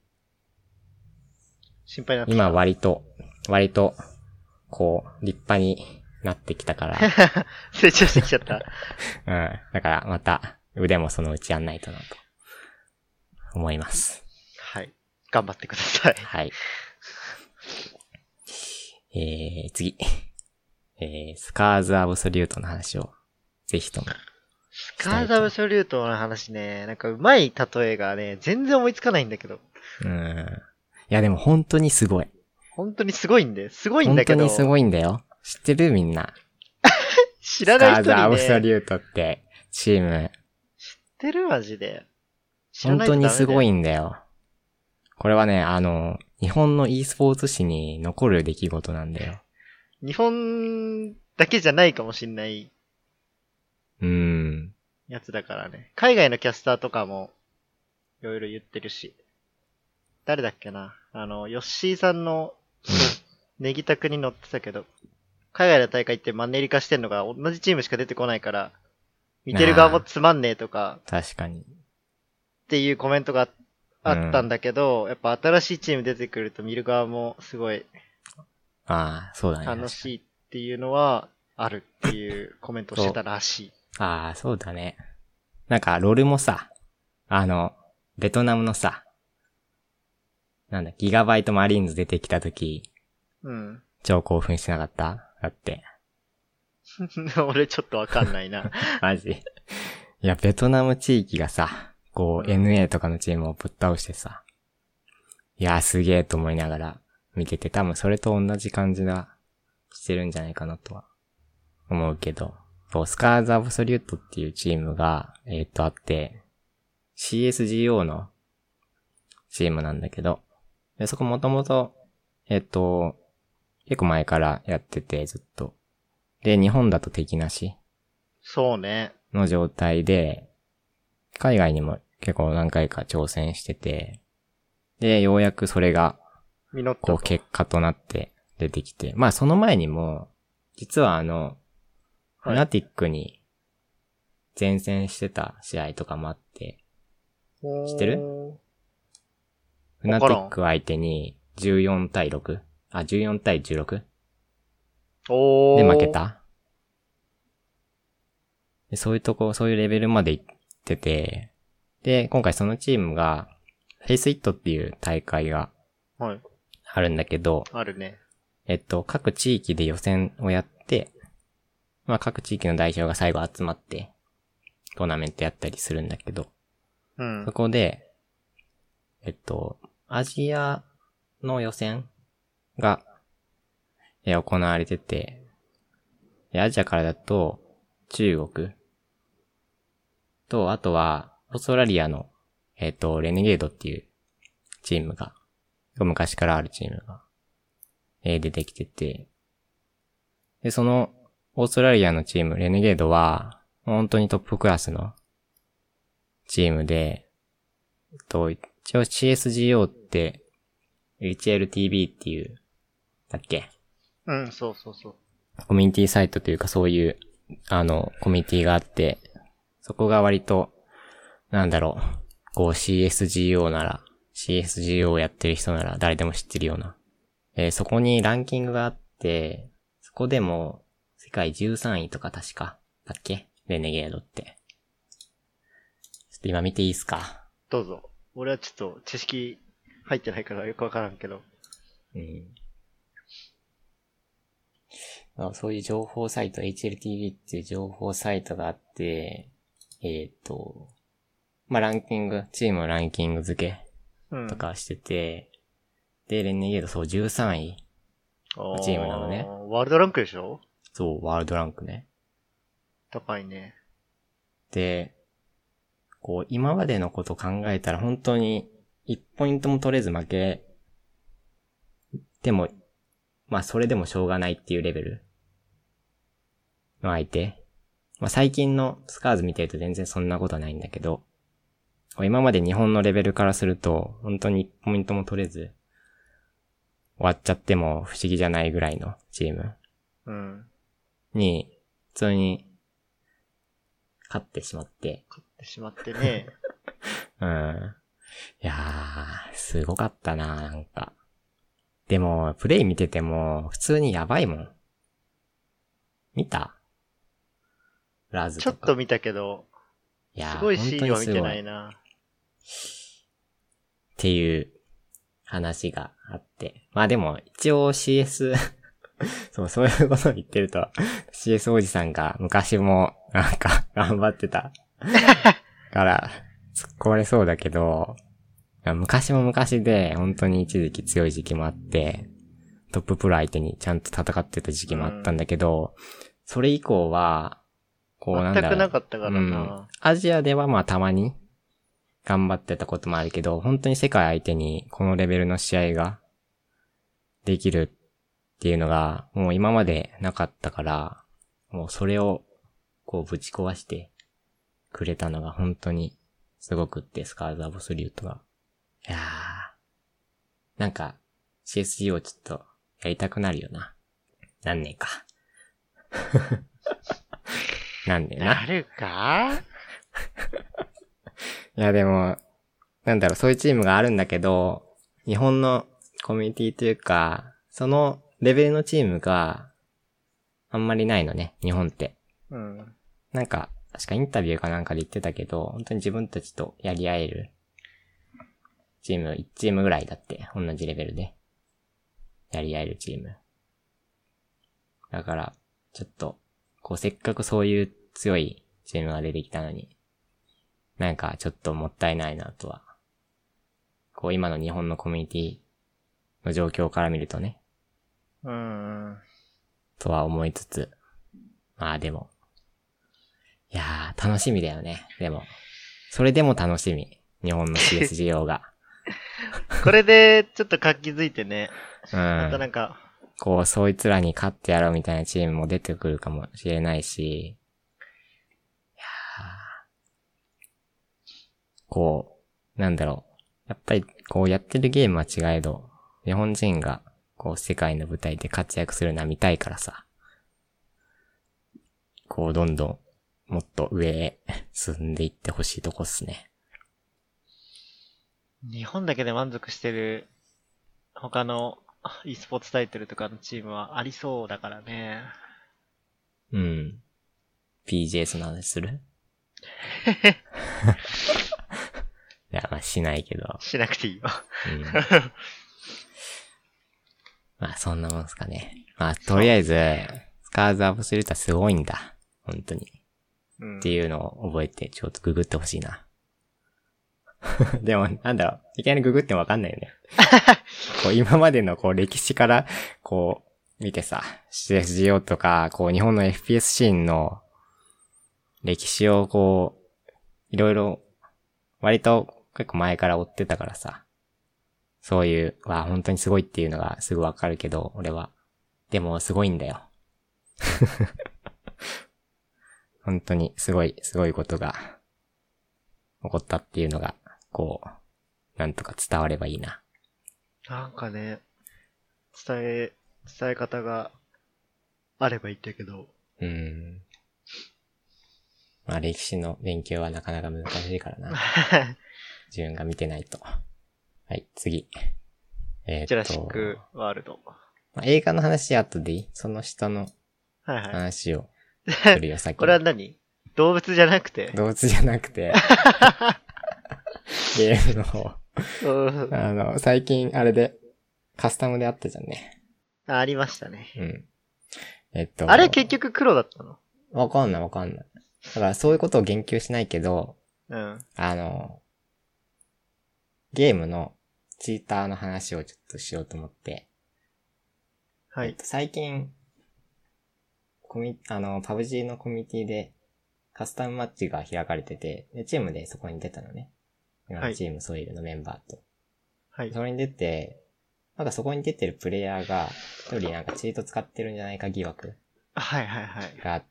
心配になってきた。 今割と、割と、こう、立派になってきたから。 成長してきちゃった。 うん。だからまた、腕もそのうちやんないとなと、思います。 はい。頑張ってください。 はい。えー、次。えー、スカーズアブソリュートの話を、ぜひとも。 スカーズアブソリュートの話ね、なんかうまい例えがね、全然思いつかないんだけど。 うん。いやでも本当にすごい。 本当にすごいんだよ。すごいんだけど。 本当にすごいんだよ。知ってるみんな。 知らない人にね。 スカーズ・アブソリュートってチーム。 知ってるマジで。知ら本ないとダメだよ当にすごいんだよ。これはね、あの、日本の e スポーツ史に残る出来事なんだよ。 日本だけじゃないかもしんない。 うーん。 やつだからね。海外のキャスターとかも、いろいろ言ってるし。誰だっけなあの、ヨッシーさんの、ネギタクに乗ってたけど、海外の大会ってマンネリ化してんのが同じチームしか出てこないから、見てる側もつまんねえとか、 確かに。 っていうコメントがあったんだけど、うん、やっぱ新しいチーム出てくると見る側もすごい、 ああ、そうだね。 楽しいっていうのはあるっていうコメントをしてたらしい。 ああ、そうだね。なんか、ロールもさ、あの、ベトナムのさ、なんだ、ギガバイトマリーンズ出てきたとき、 うん。 超興奮してなかっただって。 俺ちょっとわかんないな。 マジ。いや、ベトナム地域がさ、こう、エヌエー とかのチームをぶっ倒してさ、いや、すげえと思いながら見てて、多分それと同じ感じがしてるんじゃないかなとは思うけど、そう、スカーズ・アブソリュートっていうチームが、えー、っとあって、シーエスジーオー のチームなんだけど、でそこもともと、えー、っと、結構前からやってて、ずっと。で、日本だと敵なし。 そうね。 の状態で、海外にも結構何回か挑戦してて、で、ようやくそれが、こう結果となって出てきて、まあその前にも、実はあの、フナティックに前線してた試合とかもあって、知ってる？フナティック相手にじゅうよんたいろく？あ、じゅうよんたいじゅうろく？ おー。 で負けた？でそういうとこ、そういうレベルまで行ってて、で、今回そのチームが、フェイスイットっていう大会があるんだけど、 はい、あるね。 えっと、各地域で予選をやって、まあ各地域の代表が最後集まって、トーナメントやったりするんだけど、 うん、 そこで、えっと、アジアの予選が、え、行われてて、アジアからだと、中国と、あとは、オーストラリアの、えっと、レネゲードっていうチームが、昔からあるチームが、えー、出てきてて、で、その、オーストラリアのチーム、レネゲードは、本当にトップクラスのチームで、えっと、一応 シーエスジーオー って、エイチエルティービー っていう、だっけ？ うん、そうそうそう。 コミュニティサイトというかそういう、あの、コミュニティがあって、そこが割と、なんだろう、こう シーエスジーオー なら、シーエスジーオー やってる人なら誰でも知ってるような。えー、そこにランキングがあって、そこでも世界じゅうさんいとか確か、だっけ？レネゲードって。ちょっと今見ていいっすか？ どうぞ。俺はちょっと知識入ってないからよくわからんけど。 うん。あ、そういう情報サイト、エイチエルティービー っていう情報サイトがあって、えっと、まあ、ランキング、チームのランキング付けとかしてて、うん、で、レネゲードそうじゅうさんいのチームなのね。 ワールドランクでしょ？ そう、ワールドランクね。 高いね。 で、こう、今までのこと考えたら本当にいちポイントも取れず負けでも、まあそれでもしょうがないっていうレベルの相手。まあ最近のスカーズ見てると全然そんなことはないんだけど、今まで日本のレベルからすると本当にいちポイントも取れず終わっちゃっても不思議じゃないぐらいのチームに普通に勝ってしまって。 勝ってしまってね。 うん。いやー、すごかったな、なんか。でも、プレイ見てても、普通にやばいもん。見た？ラズとか。 ちょっと見たけど、いやすごいシーンは見てないな。 っていう話があって。まあでも、一応 シーエス、そう、そういうことを言ってると、シーエス おじさんが昔も、なんか、頑張ってた。から、突っ込まれそうだけど、昔も昔で、本当に一時期強い時期もあって、トッププロ相手にちゃんと戦ってた時期もあったんだけど、 それ以降は、こうなんだろう。 全くなかったからな、うん。 アジアではまあたまに頑張ってたこともあるけど、本当に世界相手にこのレベルの試合ができるっていうのがもう今までなかったから、もうそれをこうぶち壊してくれたのが本当にすごくって、スカーズ・アブソリュートが。いやー。なんか シーエスジー をちょっとやりたくなるよな。なんねえか。なんねえな。 なるかいやでも、なんだろう、そういうチームがあるんだけど、日本のコミュニティというか、そのレベルのチームがあんまりないのね、日本って。 うん。 なんか、確かインタビューかなんかで言ってたけど、本当に自分たちとやり合えるチーム、いちチームぐらいだって、同じレベルで。やり合えるチーム。だから、ちょっと、こうせっかくそういう強いチームが出てきたのに、なんかちょっともったいないなとは。こう今の日本のコミュニティの状況から見るとね。 うん。 とは思いつつ。まあでも。いやー、楽しみだよね。でも。それでも楽しみ。日本の シーエスジーオー が。 これで、ちょっと活気づいてね。 うん。 またなんか。 こう、そいつらに勝ってやろうみたいなチームも出てくるかもしれないし。いやー。こう、なんだろう。やっぱり、こうやってるゲームは違えど、日本人が、こう、世界の舞台で活躍するのは見たいからさ。こう、どんどん、もっと上へ進んでいってほしいとこっすね。 日本だけで満足してる、他の e スポーツタイトルとかのチームはありそうだからね。 うん。ピージェーエス の話するいや、まあ、しないけど。 しなくていいよ。うん。 まあ、そんなもんすかね。まあ、とりあえず、スカーズ・アブソリュートはすごいんだ。本当に。うん、っていうのを覚えて、ちょっとググってほしいな。でも、なんだろう。いきなりググってもわかんないよね。こう、今までのこう、歴史から、こう、見てさ、シーエスジーオー とか、こう、日本の エフピーエス シーンの歴史をこう、いろいろ、割と結構前から追ってたからさ。そういう、わ、本当にすごいっていうのがすぐわかるけど、俺は。でも、すごいんだよ。本当に、すごい、すごいことが、起こったっていうのが、こう、なんとか伝わればいいな。 なんかね、伝え、伝え方があればいいんだけど。 うーん。まあ歴史の勉強はなかなか難しいからな。自分が見てないと。はい、次。 えー、ジュラシックワールド。 まあ、映画の話後でいい？その下の話をするよ、さっき。 これは何？動物じゃなくて動物じゃなくて。ゲームの方。あの、最近あれでカスタムであったじゃんね。 あ、ありましたね。 うん。えっと。 あれ結局黒だったの？ わかんないわかんない。だからそういうことを言及しないけど、 うん。 あの、ゲームのチーターの話をちょっとしようと思って。 はい。 えっと、最近、コミ、あの、パブジー のコミュニティでカスタムマッチが開かれてて、でチームでそこに出たのね。今のチームソイルのメンバーと。はい。それに出て、なんかそこに出てるプレイヤーが、一人なんかチート使ってるんじゃないか疑惑。 はいはいはい。 があって。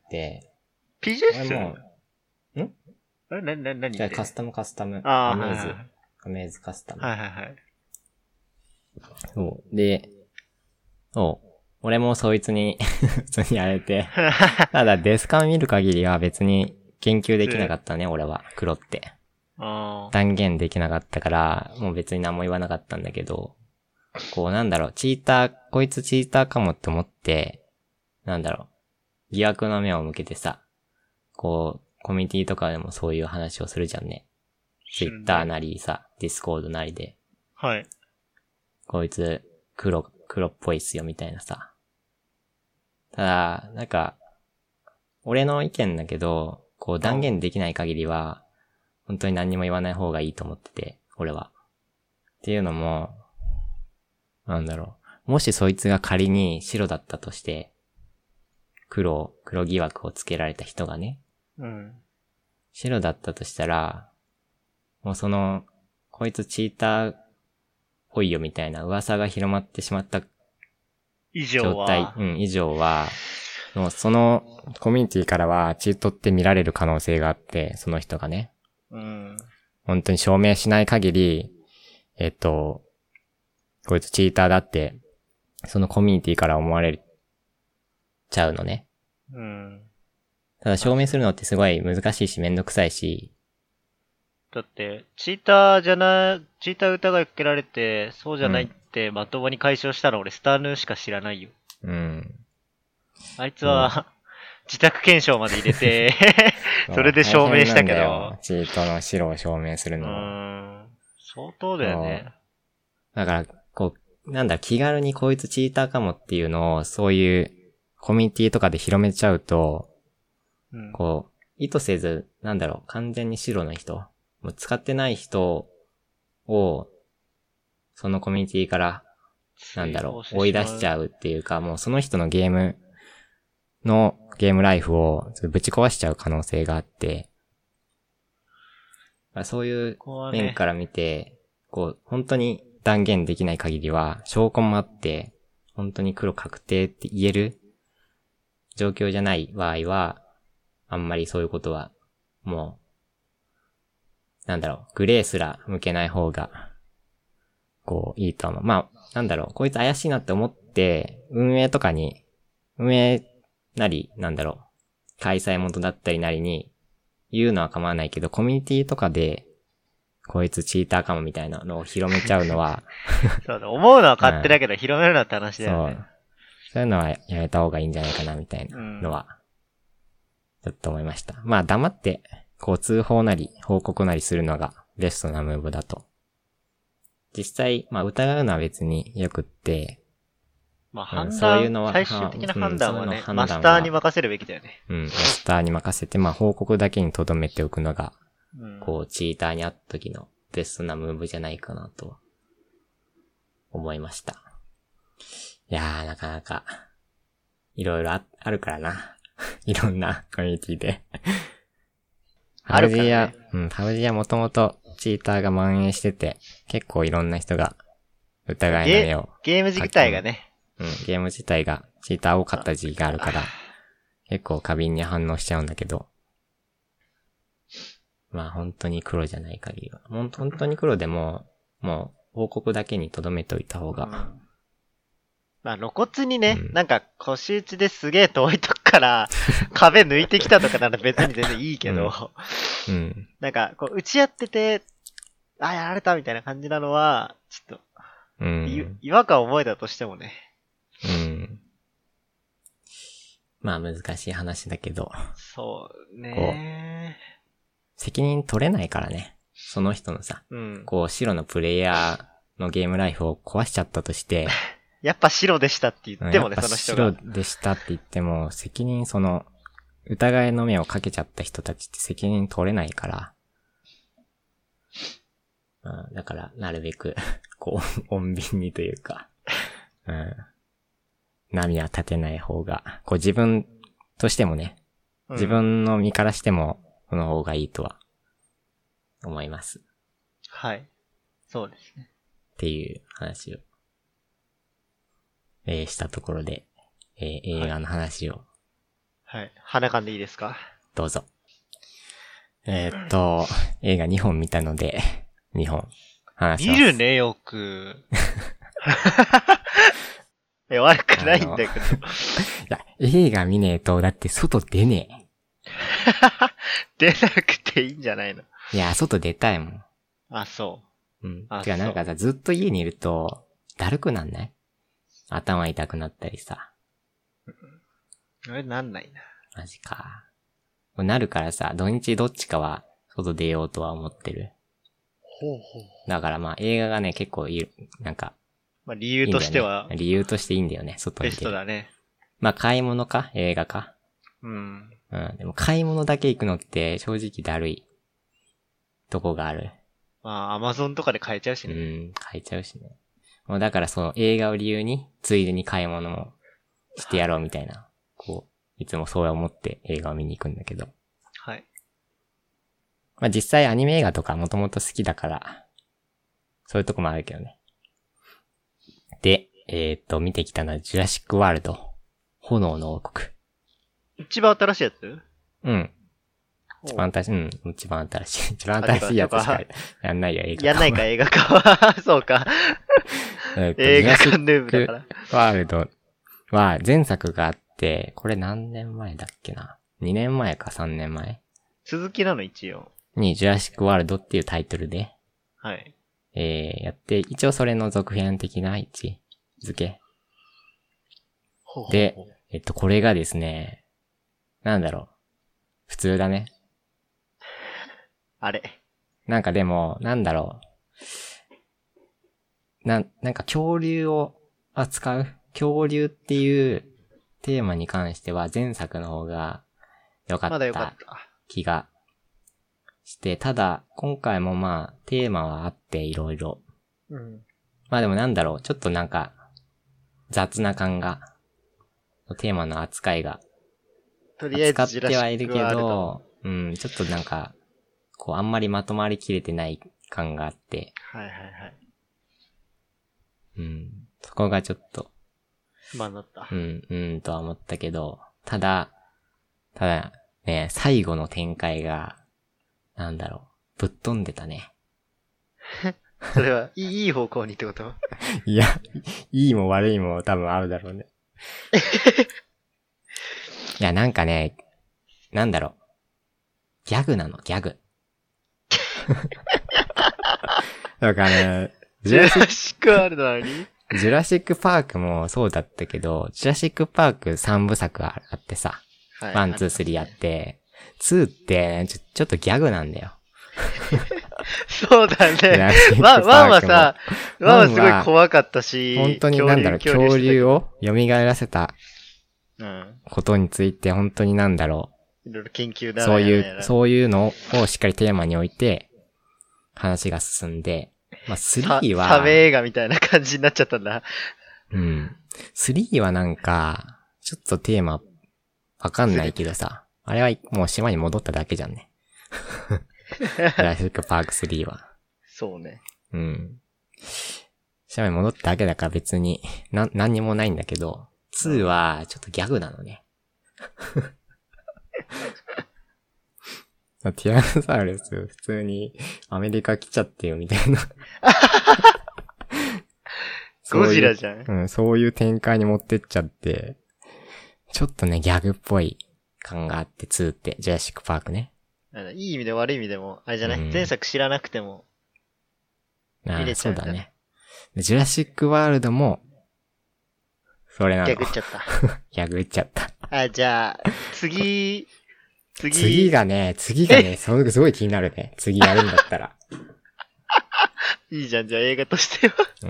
ピージェー っすよ。 んあれな、な、なにじゃあカスタムカスタム。 ああ、 アメーズ。アメーズカスタム。 はいはいはい。 そう。で、そう。俺もそいつに普通にやれて。ただデスカン見る限りは別に研究できなかったね、俺は。黒って。断言できなかったから、もう別に何も言わなかったんだけど、こうなんだろう、チーター、こいつチーターかもって思って、なんだろう、疑惑の目を向けてさ、こう、コミュニティとかでもそういう話をするじゃんね。ツイッターなりさ、ディスコードなりで。 はい。 こいつ、黒、黒っぽいっすよみたいなさ。ただ、なんか、俺の意見だけど、こう断言できない限りは、本当に何にも言わない方がいいと思ってて、俺は。っていうのも、なんだろう。もしそいつが仮に白だったとして、 黒、黒疑惑をつけられた人がね、 うん。 白だったとしたら、もうその、こいつチーターっぽいよみたいな噂が広まってしまった以上状態、 は。 うん、以上は、もうそのコミュニティからはチートって見られる可能性があって、その人がね。 うん。 本当に証明しない限り、えっと、こいつチーターだって、そのコミュニティから思われちゃうのね。 うん。 ただ証明するのってすごい難しいしめんどくさいし。 だって、チーターじゃな、チーター疑いかけられて、そうじゃないってまともに解消したら俺スターヌーしか知らないよ。 うん。 あいつは、自宅検証まで入れて、それで証明したけど。 チートの白を証明するうのは。 ーん。相当だよね。 だから、こう、なんだ、気軽にこいつチーターかもっていうのを、そういうコミュニティとかで広めちゃうと、 うん、 こう、意図せず、なんだろう、完全に白の人、もう使ってない人を、そのコミュニティから、なんだろう、追い出しちゃうっていうか、もうその人のゲームのゲームライフをぶち壊しちゃう可能性があって、そういう面から見て、こう、本当に断言できない限りは、証拠もあって、本当に黒確定って言える状況じゃない場合は、あんまりそういうことは、もう、なんだろう、グレーすら向けない方が、こう、いいと思う。まあ、なんだろう、こいつ怪しいなって思って、運営とかに、運営なり、なんだろう、開催元だったりなりに、言うのは構わないけど、コミュニティとかで、こいつチーターかもみたいなのを広めちゃうのは、 そうだ、思うのは勝手だけど、うん、広めるなって話だよね。 そう。そういうのはやめた方がいいんじゃないかな、みたいなのは、ちょっと思いました。うん、まあ、黙って、こう、通報なり、報告なりするのがベストなムーブだと。実際、まあ、疑うのは別によくって、 まあ、判断、うん、そういうのは、最終的な判断はね、うん、マスターに任せるべきだよね。 うん、マスターに任せて、まあ、報告だけに留めておくのが、うん、こう、チーターに会った時のベストなムーブじゃないかなと、思いました。いやー、なかなか、いろいろ あ, あるからな。いろんなコミュニティで。パブ G は、うん、パブ G はもともとチーターが蔓延してて、結構いろんな人が疑いの目をゲ。ゲーム自体がね。 うん、ゲーム自体がチーター多かった時期があるから、結構過敏に反応しちゃうんだけど、まあ本当に黒じゃない限りは。本当に黒でも、もう報告だけに留めておいた方が。うん、 まあ露骨にね、うん、なんか腰打ちですげえ遠いとこから壁抜いてきたとかなら別に全然いいけど、うんうん、なんかこう打ち合ってて、あ、やられたみたいな感じなのは、ちょっと、うん、違和感を覚えたとしてもね。 うん。まあ難しい話だけど。 そうね。 責任取れないからね。その人のさ、うん、こう白のプレイヤーのゲームライフを壊しちゃったとして、 やっぱ白でしたって言ってもね、その人が。 白でしたって言っても、責任その、疑いの目をかけちゃった人たちって責任取れないから。うん、だから、なるべく、こう、穏便にというか、うん。波は立てない方が、こう自分としてもね、自分の身からしても、その方がいいとは、思います。 はい。そうですね。 っていう話を、えー、したところで、えー、映画の話を。 はい。はい、鼻かんでいいですか？ どうぞ。えー、っと、映画にほん見たので、にほん話します。 見るね、よく。いや、悪くないんだけど。いや、映画見ねえと、だって外出ねえ。 出なくていいんじゃないの？ いや、外出たいもん。 あ、そう。 うん。てかなんかさ、ずっと家にいると、だるくなんない？頭痛くなったりさ。 あれなんないな。 マジか。なるからさ、土日どっちかは外出ようとは思ってる。 ほうほうほう。 だからまあ映画がね、結構いい、なんか。 まあ理由としては。 いいんだよね、理由としていいんだよね、外に出る。 ベストだね。 まあ買い物か、映画か。 うん。 うん。でも買い物だけ行くのって正直だるい。とこがある。 まあ、アマゾンとかで買えちゃうしね。 うん、買えちゃうしね。もうだからその映画を理由に、ついでに買い物もしてやろうみたいな、はい、こう、 いつもそう思って映画を見に行くんだけど。 はい。 まあ実際アニメ映画とかもともと好きだから、そういうとこもあるけどね。で、えっと、見てきたのはジュラシックワールド。炎の王国。 一番新しいやつ？ うん。一番新しい、うん、一番新しい。一番新しいやつしかやんないよ、映画。 やんないか、映画かは。そうか。映画館ヌーブだから。 ワールドは前作があって、これ何年前だっけな ?に 年前かさんねんまえ続きなの一応。 に、ジュラシックワールドっていうタイトルで、 はい。 えー、やって、一応それの続編的な位置づけ。 ほうほうほうで、えっと、これがですね、なんだろう。普通だね。 あれ。 なんかでも、なんだろう。な、なんか恐竜を扱う恐竜っていうテーマに関しては前作の方が良かっまだ良かったた気がして、ただ今回もまあテーマはあっていろいろ。 うん。 まあでもなんだろう、ちょっとなんか雑な感が、テーマの扱いがとりあえず扱ってはいるけジュラシックワールドど、うん、ちょっとなんか、こうあんまりまとまりきれてない感があって、 はいはいはい。 うん、そこがちょっと、 不満だった。 うん、うんとは思ったけど、ただ、ただ、ね、最後の展開が、なんだろう、ぶっ飛んでたね。 それは、いい、いい方向にってこと？ いや、いいも悪いも多分あるだろうね。いや、なんかね、なんだろう。ギャグなの、ギャグ。だからね、 ジュラシックワールドなのにジュラシックパークもそうだったけど、ジュラシックパークさんぶさくあってさ、 はい、 ワン、ツー、スリーあって、ツーってちょ、ちょっとギャグなんだよ。 そうだね。ワン、ワンはさ、ワンはすごい怖かったし、 本当になんだろう、恐竜を蘇らせたことについて本当になんだろう。いろいろ研究だそういう、そういうのをしっかりテーマに置いて、話が進んで、まあ、スリーは、 サメ映画みたいな感じになっちゃったんだ。 うん。スリーはなんか、ちょっとテーマ、わかんないけどさ、あれはもう島に戻っただけじゃんね。ジュラシックパークスリーは。 そうね。 うん。島に戻っただけだから別に、な、何にもないんだけど、ツーはちょっとギャグなのね。ティラノサウルス普通にアメリカ来ちゃってよみたいな。 ゴジラじゃん。 うん、そういう展開に持ってっちゃって、ちょっとね、ギャグっぽい感があって、ツーって、ジュラシックパークね。 いい意味で悪い意味でも、あれじゃない、うん、前作知らなくても、 見れちゃうんだ。そうだね。ジュラシックワールドも、それなの。 ギャグっちゃった。 ギャグっちゃった。 あ、じゃあ、次、次。 次がね、次がね、すごい気になるね。次やるんだったら。 いいじゃん、じゃあ映画としては。 うん。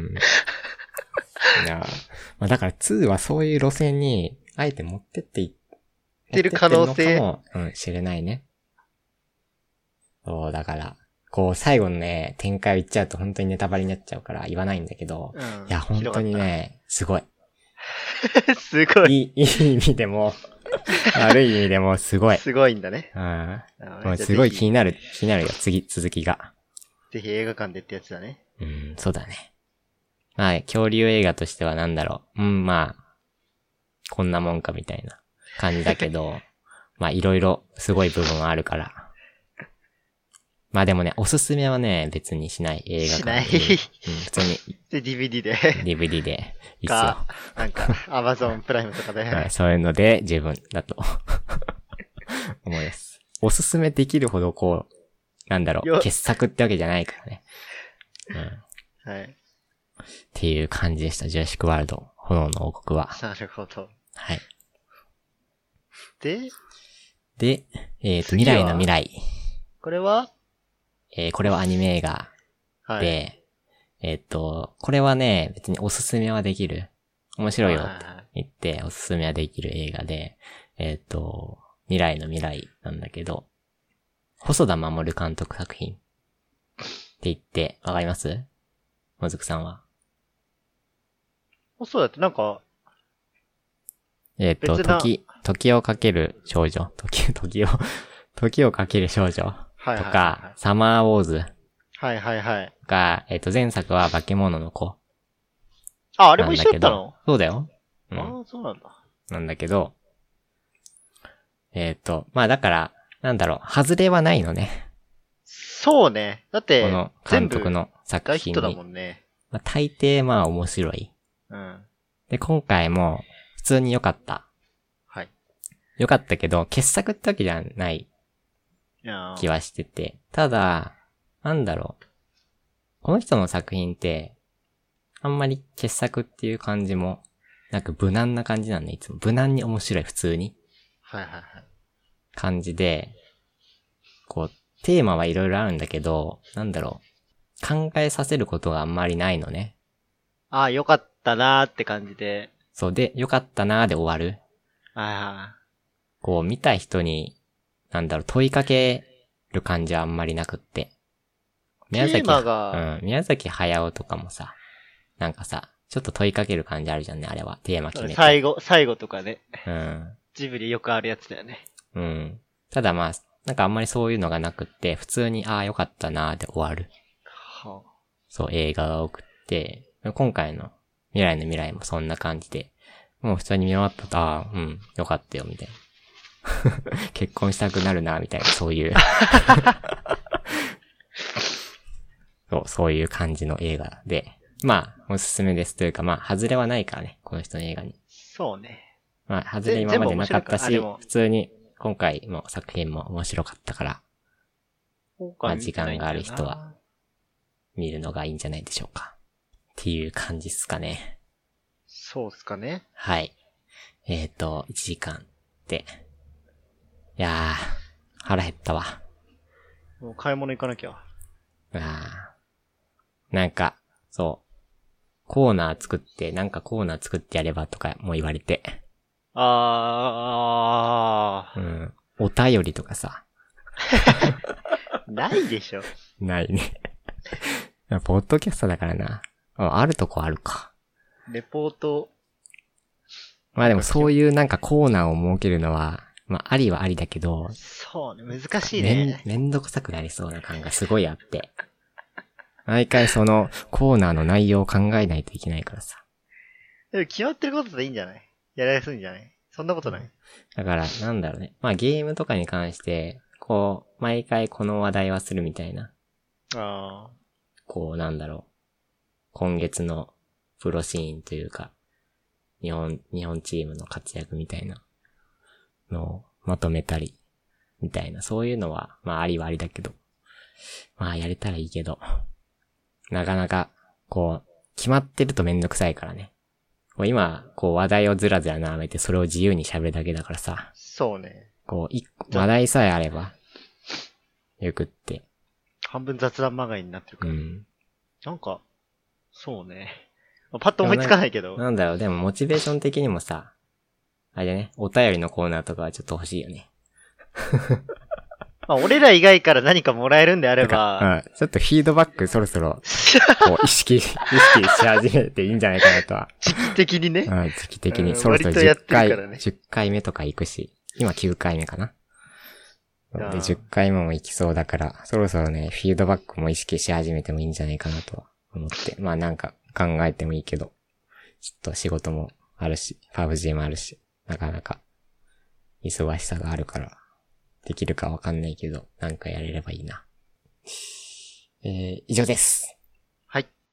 いや、まあ、だからにはそういう路線に、あえて持ってっていってる可能性も、うん、知れないね。そう、だから、こう、最後のね、展開を言っちゃうと本当にネタバレになっちゃうから言わないんだけど、うん、いや、本当にね、すごい。 すごい。 いい、いい意味でも、悪い意味でもすごい。 すごいんだね。 うん。もうすごい気になる、気になるよ、次、続きが。 ぜひ映画館でってやつだね。 うん、そうだね。まあ、恐竜映画としてはなんだろう。うん、まあ、こんなもんかみたいな感じだけど、まあ、いろいろすごい部分はあるから。まあでもね、おすすめはね、別にしない映画館で。 しない。 うん、普通に。 で、ディーブイディー で。 ディーブイディー で。いいっすよ。 か、なんか、Amazon プライムとかで。 はい、そういうので十分だと思います。おすすめできるほどこう、なんだろう、傑作ってわけじゃないからね。 うん。はい。 っていう感じでした。ジュラシックワールド、炎の王国は。 なるほど。 はい。 でで、えっと、未来の未来。 これはえー、これはアニメ映画で、はい、えっと、これはね、別におすすめはできる。面白いよって言っておすすめはできる映画で、えっと、未来の未来なんだけど、細田守監督作品って言ってわかります？もずくさんは。 そうだってなんか、 えっ、ー、と、時、時をかける少女。時、時を、時をかける少女。とか、はいはいはいはい、サマーウォーズ。 はいはいはい。 が、えっ、ー、と、前作は化け物の子。 あ、あれも一緒だったの？ そうだよ。 うん、ああ、そうなんだ。 なんだけど、えっ、ー、と、まあだから、なんだろう、外れはないのね。 そうね。だって、 この監督の作品に。 大ヒットだもんね。 まあ、大抵まあ面白い。 うん。 で、今回も普通に良かった。 はい。 良かったけど、傑作ってわけじゃない気はしてて。ただ、なんだろう。この人の作品って、あんまり傑作っていう感じも、なんか無難な感じなんだ、いつも。無難に面白い、普通に。 はいはいはい。 感じで、こう、テーマはいろいろあるんだけど、なんだろう。考えさせることがあんまりないのね。 ああ、よかったなーって感じで。 そうで、よかったなーで終わる。 ああ。 こう、見た人に、なんだろう、問いかける感じはあんまりなくって。宮崎、 テーマがうん、宮崎駿とかもさ、なんかさ、ちょっと問いかける感じあるじゃんね、あれは。テーマ決めて。 最後、最後とかね。 うん。 ジブリよくあるやつだよね。 うん。ただまあ、なんかあんまりそういうのがなくって、普通に、ああ、よかったなーで終わる。はあ、そう、映画が多くって、今回の未来の未来もそんな感じで、もう普通に見終わったと、ああ、うん、よかったよ、みたいな。結婚したくなるな、みたいな、そういう。そう、そういう感じの映画で。まあ、おすすめですというか、まあ、外れはないからね、この人の映画に。 そうね。 まあ、外れ今までなかったし、普通に今回も作品も面白かったから、まあ時間がある人は見るのがいいんじゃないでしょうか。っていう感じっすかね。 そうっすかね。 はい。えっと、いちじかんで。いやー、腹減ったわ。 もう買い物行かなきゃ。 あー。なんか、そう。コーナー作って、なんかコーナー作ってやればとかも言われて。 あー。うん。お便りとかさ。 ないでしょ。 ないね。ポッドキャストだからな。あ, あるとこあるか。 レポート。 まあでもそういうなんかコーナーを設けるのは、まあありはありだけど。 そうね、難しいね。 めん、めんどくさくなりそうな感がすごいあって。毎回そのコーナーの内容を考えないといけないからさ。 でも決まってることでいいんじゃない？やらやすいんじゃない？そんなことない。 だから、なんだろうね。まあゲームとかに関して、こう、毎回この話題はするみたいな。 ああ。 こう、なんだろう。今月のプロシーンというか、日本、日本チームの活躍みたいなのをまとめたり、みたいな。そういうのは、まあありはありだけど。まあやれたらいいけど。なかなか、こう、決まってるとめんどくさいからね。今、こう話題をずらずら並べてそれを自由に喋るだけだからさ。 そうね。 こう、一個、話題さえあれば、よくって。 半分雑談まがいになってるから。 うん。 なんか、そうね。パッと思いつかないけど。 な, なんだろう、でもモチベーション的にもさ、あれね、お便りのコーナーとかはちょっと欲しいよね。 まあ、俺ら以外から何かもらえるんであれば。 うん。ちょっとフィードバックそろそろ、こう、意識、意識し始めていいんじゃないかなとは。 時期的にね。 うん、時期的に。そろそろじゅっかい、ね、じゅっかいめとか行くし、今きゅうかいめかな。で、じゅっかいめも行きそうだから、そろそろね、フィードバックも意識し始めてもいいんじゃないかなとは思って。まあなんか考えてもいいけど、ちょっと仕事もあるし、パブジー もあるし、なかなか忙しさがあるから、できるかわかんないけど、なんかやれればいいな。えー、以上です。